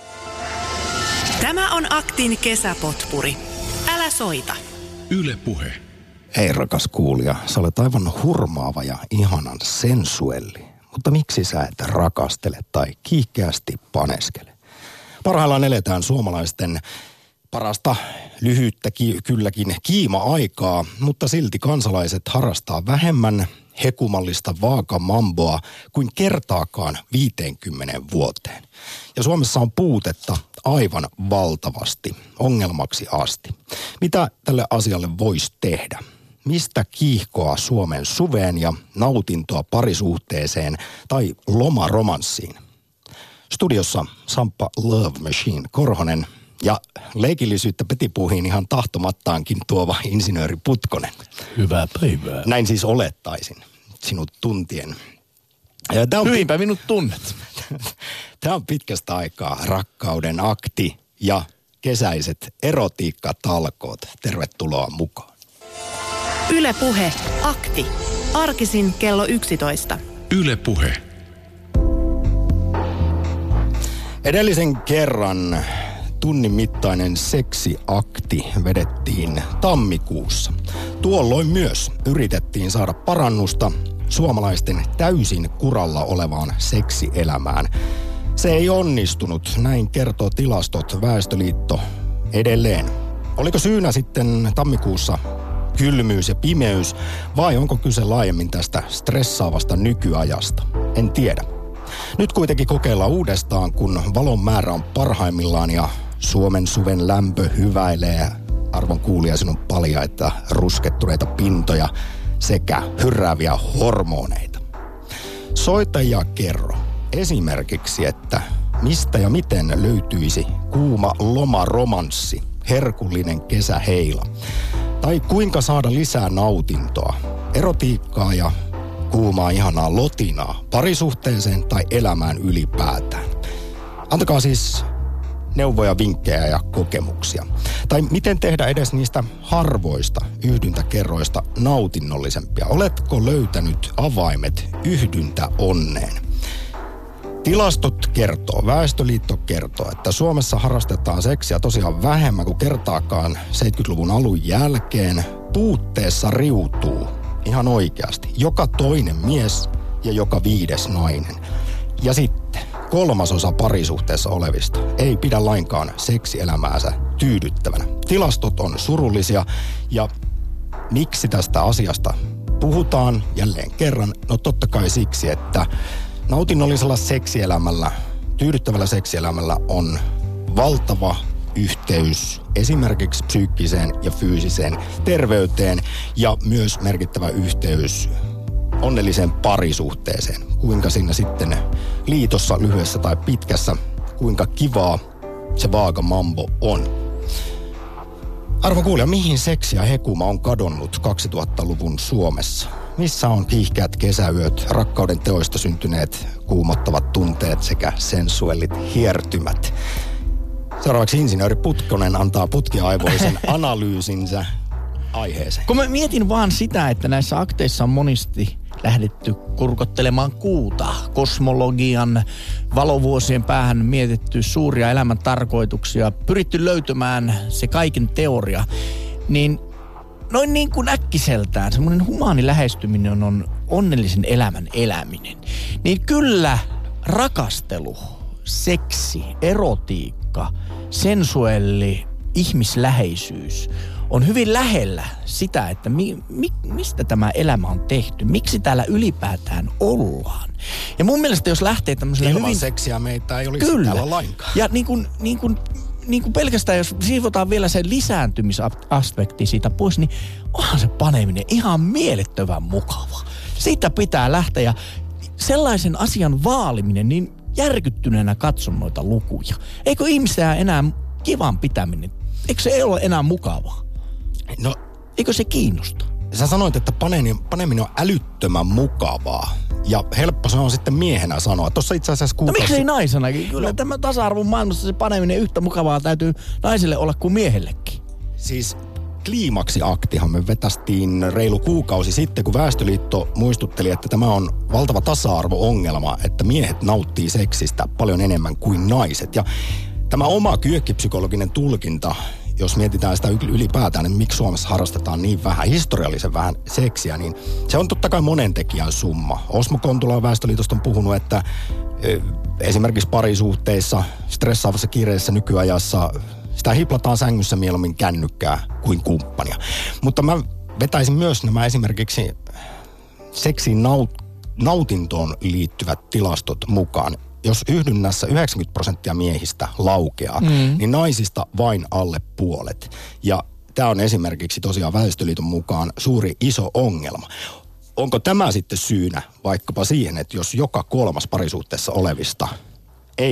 Tämä on Aktin kesäpotpuri. Älä soita. Yle Puhe. Hei rakas kuulija, sä olet aivan hurmaava ja ihanan sensuelli. Mutta miksi sä et rakastele tai kiihkeästi paneskele? Parhaillaan eletään suomalaisten parasta lyhyttä kylläkin kiima-aikaa, mutta silti kansalaiset harrastaa vähemmän hekumallista vaakamamboa kuin kertaakaan 50 vuoteen. Ja Suomessa on puutetta aivan valtavasti, ongelmaksi asti. Mitä tälle asialle voisi tehdä? Mistä kiihkoa Suomen suveen ja nautintoa parisuhteeseen tai lomaromanssiin? Studiossa Samppa Love Machine Korhonen ja leikillisyyttä petipuuhiin ihan tahtomattaankin tuova insinööri Putkonen. Hyvää päivää. Näin siis olettaisin. sinut tuntien. Hyvinpä minut tunnet. Tämä on pitkästä aikaa rakkauden akti ja kesäiset erotiikkatalkoot. Tervetuloa mukaan. Yle Puhe, akti. Arkisin kello 11. Yle Puhe. Edellisen kerran tunnin mittainen seksiakti vedettiin tammikuussa. Tuolloin myös yritettiin saada parannusta suomalaisten täysin kuralla olevaan seksielämään. Se ei onnistunut, näin kertoo tilastot Väestöliitto edelleen. Oliko syynä sitten tammikuussa kylmyys ja pimeys vai onko kyse laajemmin tästä stressaavasta nykyajasta? En tiedä. Nyt kuitenkin kokeillaan uudestaan, kun valon määrä on parhaimmillaan ja Suomen suven lämpö hyväilee arvon kuulija sinun paljaita ruskettuneita pintoja sekä hyrrääviä hormoneita. Soita ja kerro esimerkiksi, että mistä ja miten löytyisi kuuma lomaromanssi, herkullinen kesäheila. Tai kuinka saada lisää nautintoa, erotiikkaa ja kuumaa ihanaa lotinaa parisuhteeseen tai elämään ylipäätään. Antakaa siis neuvoja, vinkkejä ja kokemuksia. Tai miten tehdä edes niistä harvoista yhdyntäkerroista nautinnollisempia. Oletko löytänyt avaimet yhdyntäonneen? Tilastot kertoo, Väestöliitto kertoo, että Suomessa harrastetaan seksiä tosiaan vähemmän kuin kertaakaan 70-luvun alun jälkeen. Puutteessa riutuu ihan oikeasti joka toinen mies ja joka 5. nainen. Ja sitten 3/3 parisuhteessa olevista ei pidä lainkaan seksielämäänsä tyydyttävänä. Tilastot on surullisia ja miksi tästä asiasta puhutaan jälleen kerran? No totta kai siksi, että nautinnollisella seksielämällä, tyydyttävällä seksielämällä on valtava yhteys esimerkiksi psyykkiseen ja fyysiseen terveyteen ja myös merkittävä yhteys onnelliseen parisuhteeseen. Kuinka siinä sitten liitossa, lyhyessä tai pitkässä, kuinka kivaa se vaakamambo on. Arvon kuulija, mihin seksi ja hekuma on kadonnut 2000-luvun Suomessa? Missä on kiihkeät kesäyöt, rakkauden teoista syntyneet kuumottavat tunteet sekä sensuellit hiertymät? Seuraavaksi insinööri Putkonen antaa putkiaivoisen analyysinsä aiheeseen. Kun mä mietin vaan sitä, että näissä akteissa on monesti lähdetty kurkottelemaan kuuta, kosmologian, valovuosien päähän mietitty suuria elämän tarkoituksia, pyritty löytämään se kaiken teoria, niin noin niin kuin äkkiseltään semmoinen humaani lähestyminen on onnellisen elämän eläminen. Niin kyllä rakastelu, seksi, erotiikka, sensuelli, ihmisläheisyys on hyvin lähellä sitä, että mistä tämä elämä on tehty, miksi täällä ylipäätään ollaan. Ja mun mielestä jos lähtee tämmöiselle ilman hyvin... seksiä meitä ei olisi kyllä täällä lainkaan. Ja niin kuin pelkästään, jos siivotaan vielä se lisääntymisaspekti siitä pois, niin onhan se paneminen ihan mielettömän mukava. Siitä pitää lähteä ja sellaisen asian vaaliminen, niin järkyttyneenä katson noita lukuja. Eikö ihmisiä enää kivan pitäminen, eikö se ole enää mukavaa? No, eikö se kiinnosta? Sä sanoit, että paneminen on älyttömän mukavaa. Ja helppo se on sitten miehenä sanoa. Tuossa itse asiassa No miksei naisenakin? Kyllä tämä tasa-arvon maailmassa se paneminen yhtä mukavaa täytyy naiselle olla kuin miehellekin. Siis kliimaksiaktihan me vetästiin reilu kuukausi sitten, kun Väestöliitto muistutteli, että tämä on valtava tasa-arvo-ongelma, että miehet nauttii seksistä paljon enemmän kuin naiset. Ja tämä oma kyökkipsykologinen tulkinta, jos mietitään sitä ylipäätään, että miksi Suomessa harrastetaan niin vähän, historiallisen vähän seksiä, niin se on totta kai monen tekijän summa. Osmo Kontula Väestöliitosta on puhunut, että esimerkiksi parisuhteissa, stressaavassa kiireessä nykyajassa sitä hiplataan sängyssä mieluummin kännykkää kuin kumppania. Mutta mä vetäisin myös nämä esimerkiksi seksin nautintoon liittyvät tilastot mukaan. Jos yhdynnässä 90% miehistä laukeaa, niin naisista vain alle puolet. Ja tämä on esimerkiksi tosiaan Väestöliiton mukaan suuri iso ongelma. Onko tämä sitten syynä vaikkapa siihen, että jos joka 3. parisuhteessa olevista ei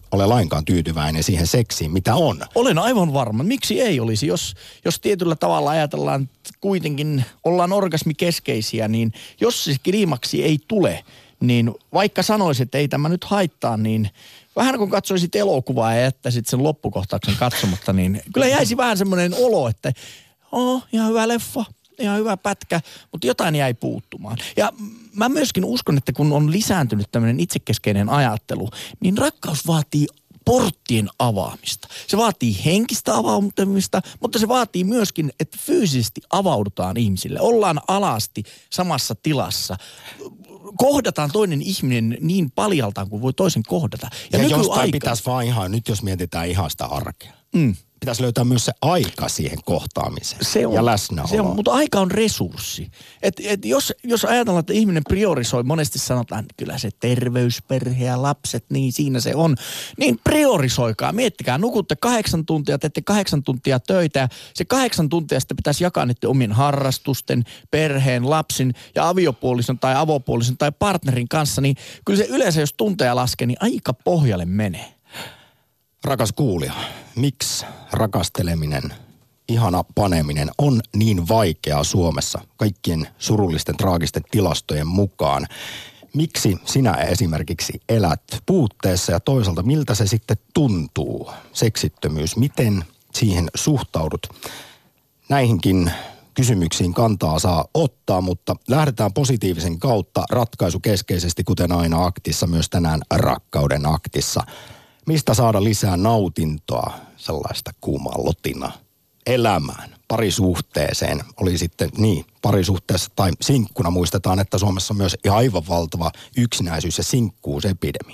ole lainkaan tyytyväinen siihen seksiin, mitä on. Olen aivan varma. Miksi ei olisi? Jos tietyllä tavalla ajatellaan, että kuitenkin ollaan orgasmikeskeisiä, niin jos se kliimaksi ei tule, niin vaikka sanoisit, että ei tämä nyt haittaa, niin vähän kun katsoisit elokuvaa ja jättäisit sen loppukohtauksen katsomatta, niin kyllä jäisi vähän semmoinen olo, että ihan hyvä leffa, ihan hyvä pätkä, mutta jotain jäi puuttumaan. Ja mä myöskin uskon, että kun on lisääntynyt tämmöinen itsekeskeinen ajattelu, niin rakkaus vaatii porttien avaamista. Se vaatii henkistä avautumista, mutta se vaatii myöskin, että fyysisesti avaudutaan ihmisille. Ollaan alasti samassa tilassa. Kohdataan toinen ihminen niin paljaltaan kuin voi toisen kohdata. Ja jostain pitäisi vaan ihan, nyt jos mietitään ihan sitä arkea. Pitäisi löytää myös se aika siihen kohtaamiseen ja läsnäoloon. Se on, mutta aika on resurssi. Jos ajatellaan, että ihminen priorisoi, monesti sanotaan, että kyllä se terveysperhe ja lapset, niin siinä se on. Niin priorisoikaa, miettikää, nukutte 8 tuntia, teette 8 tuntia töitä. Se 8 tuntia sitten pitäisi jakaa niiden omien harrastusten, perheen, lapsin ja aviopuolison tai avopuolison tai partnerin kanssa. Niin kyllä se yleensä, jos tunteja laskee, niin aika pohjalle menee. Rakas kuulija, miksi rakasteleminen, ihana paneminen on niin vaikeaa Suomessa kaikkien surullisten, traagisten tilastojen mukaan? Miksi sinä esimerkiksi elät puutteessa ja toisaalta miltä se sitten tuntuu, seksittömyys? Miten siihen suhtaudut? Näihinkin kysymyksiin kantaa saa ottaa, mutta lähdetään positiivisen kautta ratkaisukeskeisesti, kuten aina aktissa, myös tänään rakkauden aktissa. Mistä saada lisää nautintoa, sellaista kuumaa lotina elämään, parisuhteeseen, oli sitten parisuhteessa tai sinkkuna. Muistetaan, että Suomessa on myös aivan valtava yksinäisyys- ja sinkkuusepidemia.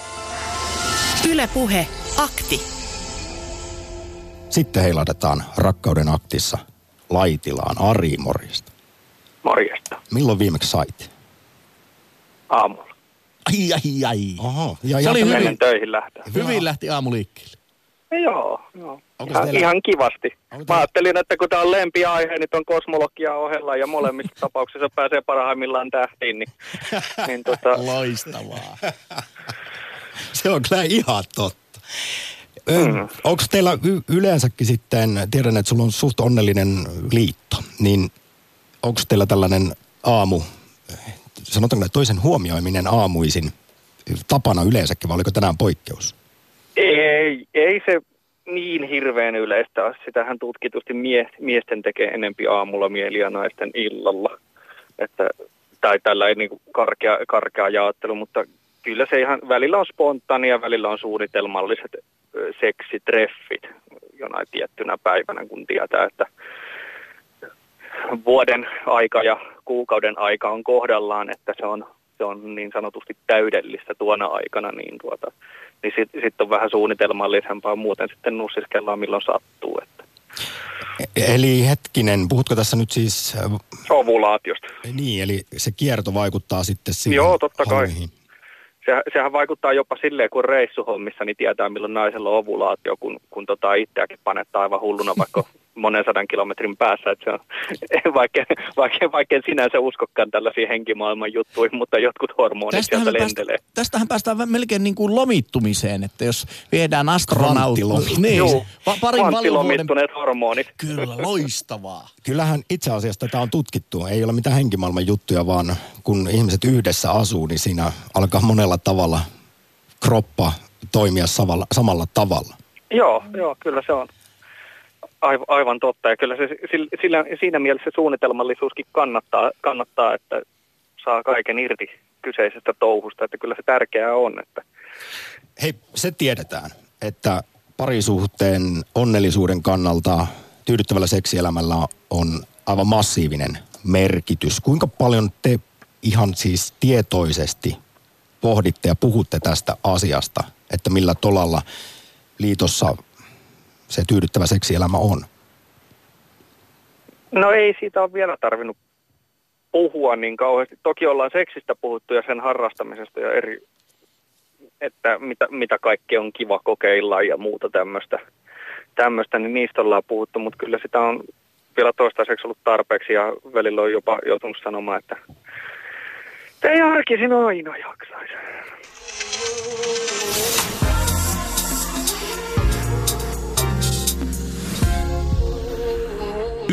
Yle Puhe, akti. Sitten heiladetaan rakkauden aktissa Laitilaan. Ari, morjesta. Morjesta. Milloin viimeksi sait? Aamulla. Ai. Oho. Se oli hyvin töihin lähteä. Hyvin lähti aamu liikkeelle. Joo. Ihan kivasti. Mä ajattelin, että kun tää on lempiaihe, niin on kosmologia ohella ja molemmissa tapauksissa pääsee parhaimmillaan tähtiin. Niin Loistavaa. Se on kyllä ihan totta. Onko teillä yleensäkin sitten, tiedän, että sulla on suht onnellinen liitto, niin onko teillä tällainen sanotaanko toisen huomioiminen aamuisin tapana yleensäkin, vai oliko tänään poikkeus? Ei se niin hirveän yleistä ole. Sitähän tutkitusti miesten tekee enempi aamulla mieli ja naisten illalla. Tai tällainen niin karkea jaottelu, mutta kyllä se ihan välillä on spontaania, välillä on suunnitelmalliset seksitreffit jonain tiettynä päivänä, kun tietää, että vuoden aika ja kuukauden aika on kohdallaan, että se on niin sanotusti täydellistä tuona aikana, niin sitten on vähän suunnitelmallisempaa, muuten sitten nussiskellaan milloin sattuu. Että. Eli hetkinen, puhutko tässä nyt siis ovulaatiosta? Niin, eli se kierto vaikuttaa sitten siihen. Joo, totta kai. Hommiin. Sehän vaikuttaa jopa silleen, kun reissuhommissa, niin tietää milloin naisella on ovulaatio, kun itseäkin panettaa aivan hulluna vaikka monen 100 kilometrin päässä. Että se on, vaikka en sinänsä uskokaan tällaisia henkimaailman juttuja, mutta jotkut hormonit sieltä lentelee. Tästähän päästään melkein niin kuin lomittumiseen, että jos viedään astronautti. Niin, kvanttilomittuneet hormonit. Kyllä, loistavaa. Kyllähän itse asiassa tätä on tutkittu. Ei ole mitään henkimaailman juttuja, vaan kun ihmiset yhdessä asuu, niin siinä alkaa monella tavalla kroppa toimia samalla tavalla. Joo, kyllä se on. Aivan totta, ja kyllä se siinä mielessä suunnitelmallisuuskin kannattaa, että saa kaiken irti kyseisestä touhusta, että kyllä se tärkeää on. Että. Hei, se tiedetään, että parisuhteen onnellisuuden kannalta tyydyttävällä seksielämällä on aivan massiivinen merkitys. Kuinka paljon te ihan siis tietoisesti pohditte ja puhutte tästä asiasta, että millä tolalla liitossa se tyydyttävä seksielämä on? No ei siitä ole vielä tarvinnut puhua niin kauheasti. Toki ollaan seksistä puhuttu ja sen harrastamisesta ja että mitä kaikkea on kiva kokeilla ja muuta tämmöistä, niin niistä ollaan puhuttu, mutta kyllä sitä on vielä toistaiseksi ollut tarpeeksi ja välillä on jopa joutunut sanomaan, että ei arkisin aina jaksaisi.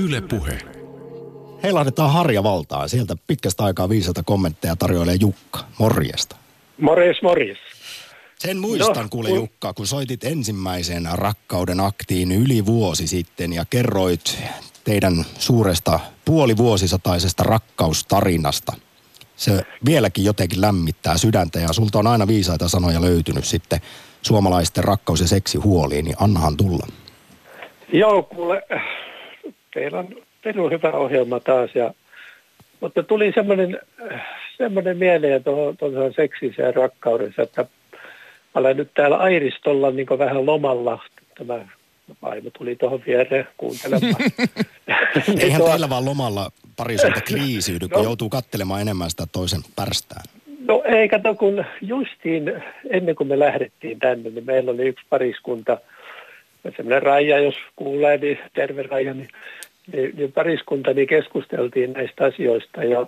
Yle Puhe. Heilahdetaan Harjavaltaan. Sieltä pitkästä aikaa viisaita kommentteja tarjoilee Jukka. Morjesta. Morjes. Sen muistan, kuule Jukka, kun soitit ensimmäisen Rakkauden aktiin yli vuosi sitten ja kerroit teidän suuresta puolivuosisataisesta rakkaustarinasta. Se vieläkin jotenkin lämmittää sydäntä ja sulta on aina viisaita sanoja löytynyt sitten suomalaisten rakkaus- ja seksihuoliin, niin annahan tulla. Joo, kuule, teillä on hyvä ohjelma taas, mutta tuli semmoinen mieleen tuohon seksissä ja rakkaudessa, että mä olen nyt täällä Airistolla niin vähän lomalla. Tämä vaimo tuli tuohon viereen kuuntelemaan. Eihän teillä vaan lomalla parisuhde kriisiydy, kun joutuu katselemaan enemmän sitä toisen pärstään. No ei, kato, kun justiin ennen kuin me lähdettiin tänne, niin meillä oli yksi pariskunta, semmoinen Raija, jos kuulee, niin terve Raija, niin pariskunta, niin keskusteltiin näistä asioista ja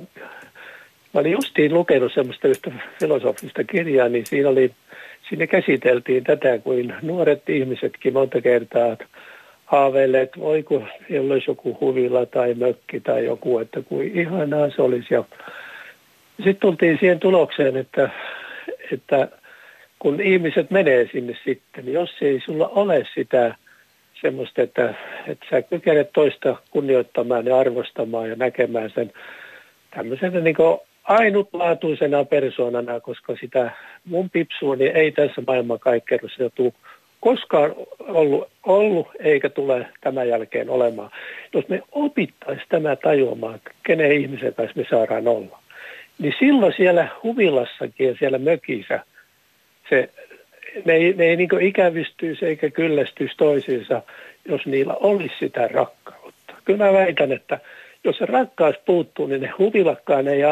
mä olin justiin lukenut semmoista yhtä filosofista kirjaa, niin siinä käsiteltiin tätä, kuin nuoret ihmisetkin monta kertaa haaveilleet, että voiko jolla olisi joku huvila tai mökki tai joku, että kuin ihanaa se olisi. Ja sitten tultiin siihen tulokseen, että kun ihmiset menee sinne sitten, niin jos ei sulla ole sitä semmoista, että sä kykenet toista kunnioittamaan ja arvostamaan ja näkemään sen tämmöisenä niin kuin ainutlaatuisena persoonana, koska sitä mun pipsuuni ei tässä maailmankaikkeudessa tule koskaan ollut eikä tule tämän jälkeen olemaan. Jos me opittaisiin tämä tajuamaan, kenen ihmisen kanssa me saadaan olla, niin silloin siellä huvilassakin ja siellä mökissä ne ei niin kuin ikävystyisi eikä kyllästyisi toisiinsa, jos niillä olisi sitä rakkautta. Kyllä mä väitän, että jos se rakkaus puuttuu, niin ne huvilakkaan ei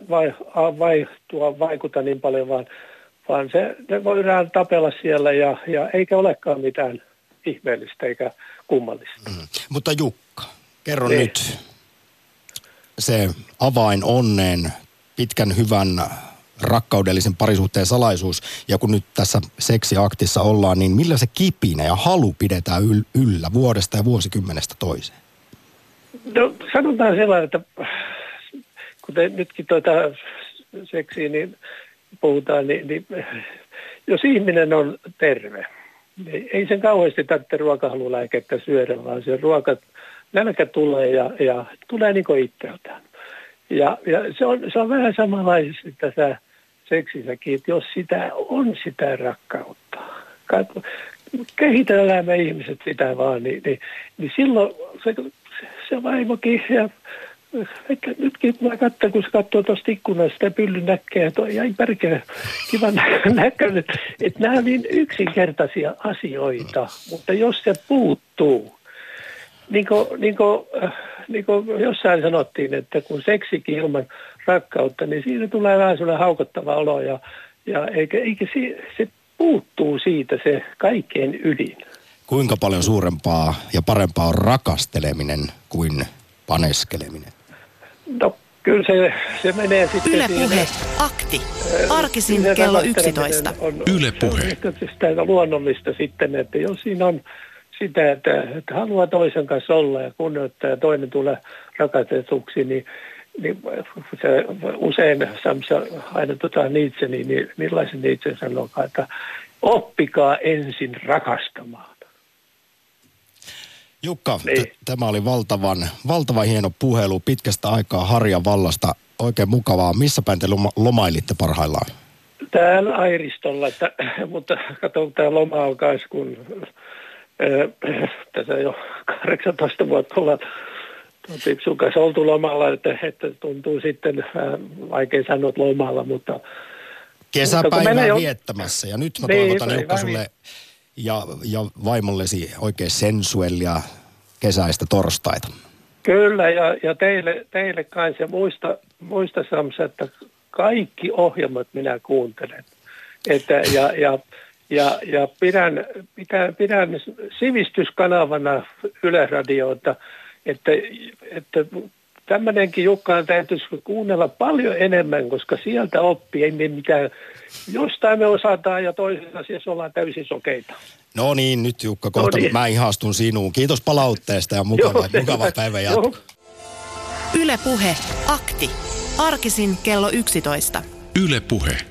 vaikuta niin paljon, vaan ne voidaan tapella siellä ja eikä olekaan mitään ihmeellistä eikä kummallista. Mutta Jukka, kerro nyt se avain onneen, pitkän hyvän rakkaudellisen parisuhteen salaisuus. Ja kun nyt tässä seksiaktissa ollaan, niin millä se kipinä ja halu pidetään yllä vuodesta ja vuosikymmenestä toiseen? No sanotaan sellainen, että kuten nytkin seksiä niin puhutaan, niin jos ihminen on terve, niin ei sen kauheasti tarvitse ruokahalulääkettä syödä, vaan se nälkä tulee ja tulee niin kuin itseltään. Ja se on vähän samanlaisesti tässä seksissäkin, että jos sitä on sitä rakkautta, kehitellään me ihmiset sitä vaan, niin silloin se vaimokin ja nytkin mä katson, kun se katsoo tuosta ikkunasta sitä pyllyn näkkeä, että ei pärkeä kivan näköinen, että nämä on niin yksinkertaisia asioita, mutta jos se puuttuu, niin kuin jossain sanottiin, että kun seksikin ilman rakkautta, niin siinä tulee vähän sellainen haukottava olo ja eikä se puuttuu siitä se kaikkein ydin. Kuinka paljon suurempaa ja parempaa on rakasteleminen kuin paneskeleminen? No kyllä se menee sitten Yle Puhe, akti. Arkisin kello 11. Yle Puhe. Se on sitä luonnollista sitten, että jos siinä on sitä, että haluaa toisen kanssa olla ja kunnioittaa ja toinen tulee rakastetuksi, niin se usein aina Nietzsche, niin millaisen Nietzsche sanokaa, että oppikaa ensin rakastamaan. Jukka, tämä oli valtavan hieno puhelu pitkästä aikaa Harjavallasta. Oikein mukavaa. Missä päin te lomailitte parhaillaan? Täällä Airistolla, mutta katson, tämä loma alkaisi, kun tässä jo 18 vuotta ollaan Pipsun kanssa oltu lomalla, että tuntuu sitten vaikea sanoa lomalla, mutta kesäpäivää viettämässä. Ja nyt mä toivotan Jukka sulle ja vaimollesi oikein sensuellia kesäistä torstaita. Kyllä, ja teille kanssa. Muista Samsa, että kaikki ohjelmat minä kuuntelen. Ja pidän sivistyskanavana Yleisradiota, että tämmöinenkin Jukkaan täytyisi kuunnella paljon enemmän, koska sieltä oppii, ei mitään. Jostain me osataan ja toisessa asiassa ollaan täysin sokeita. No niin, nyt Jukka, kohta mä ihastun sinuun. Kiitos palautteesta ja mukava päivän jatko. Yle Puhe, akti. Arkisin kello 11. Yle Puhe.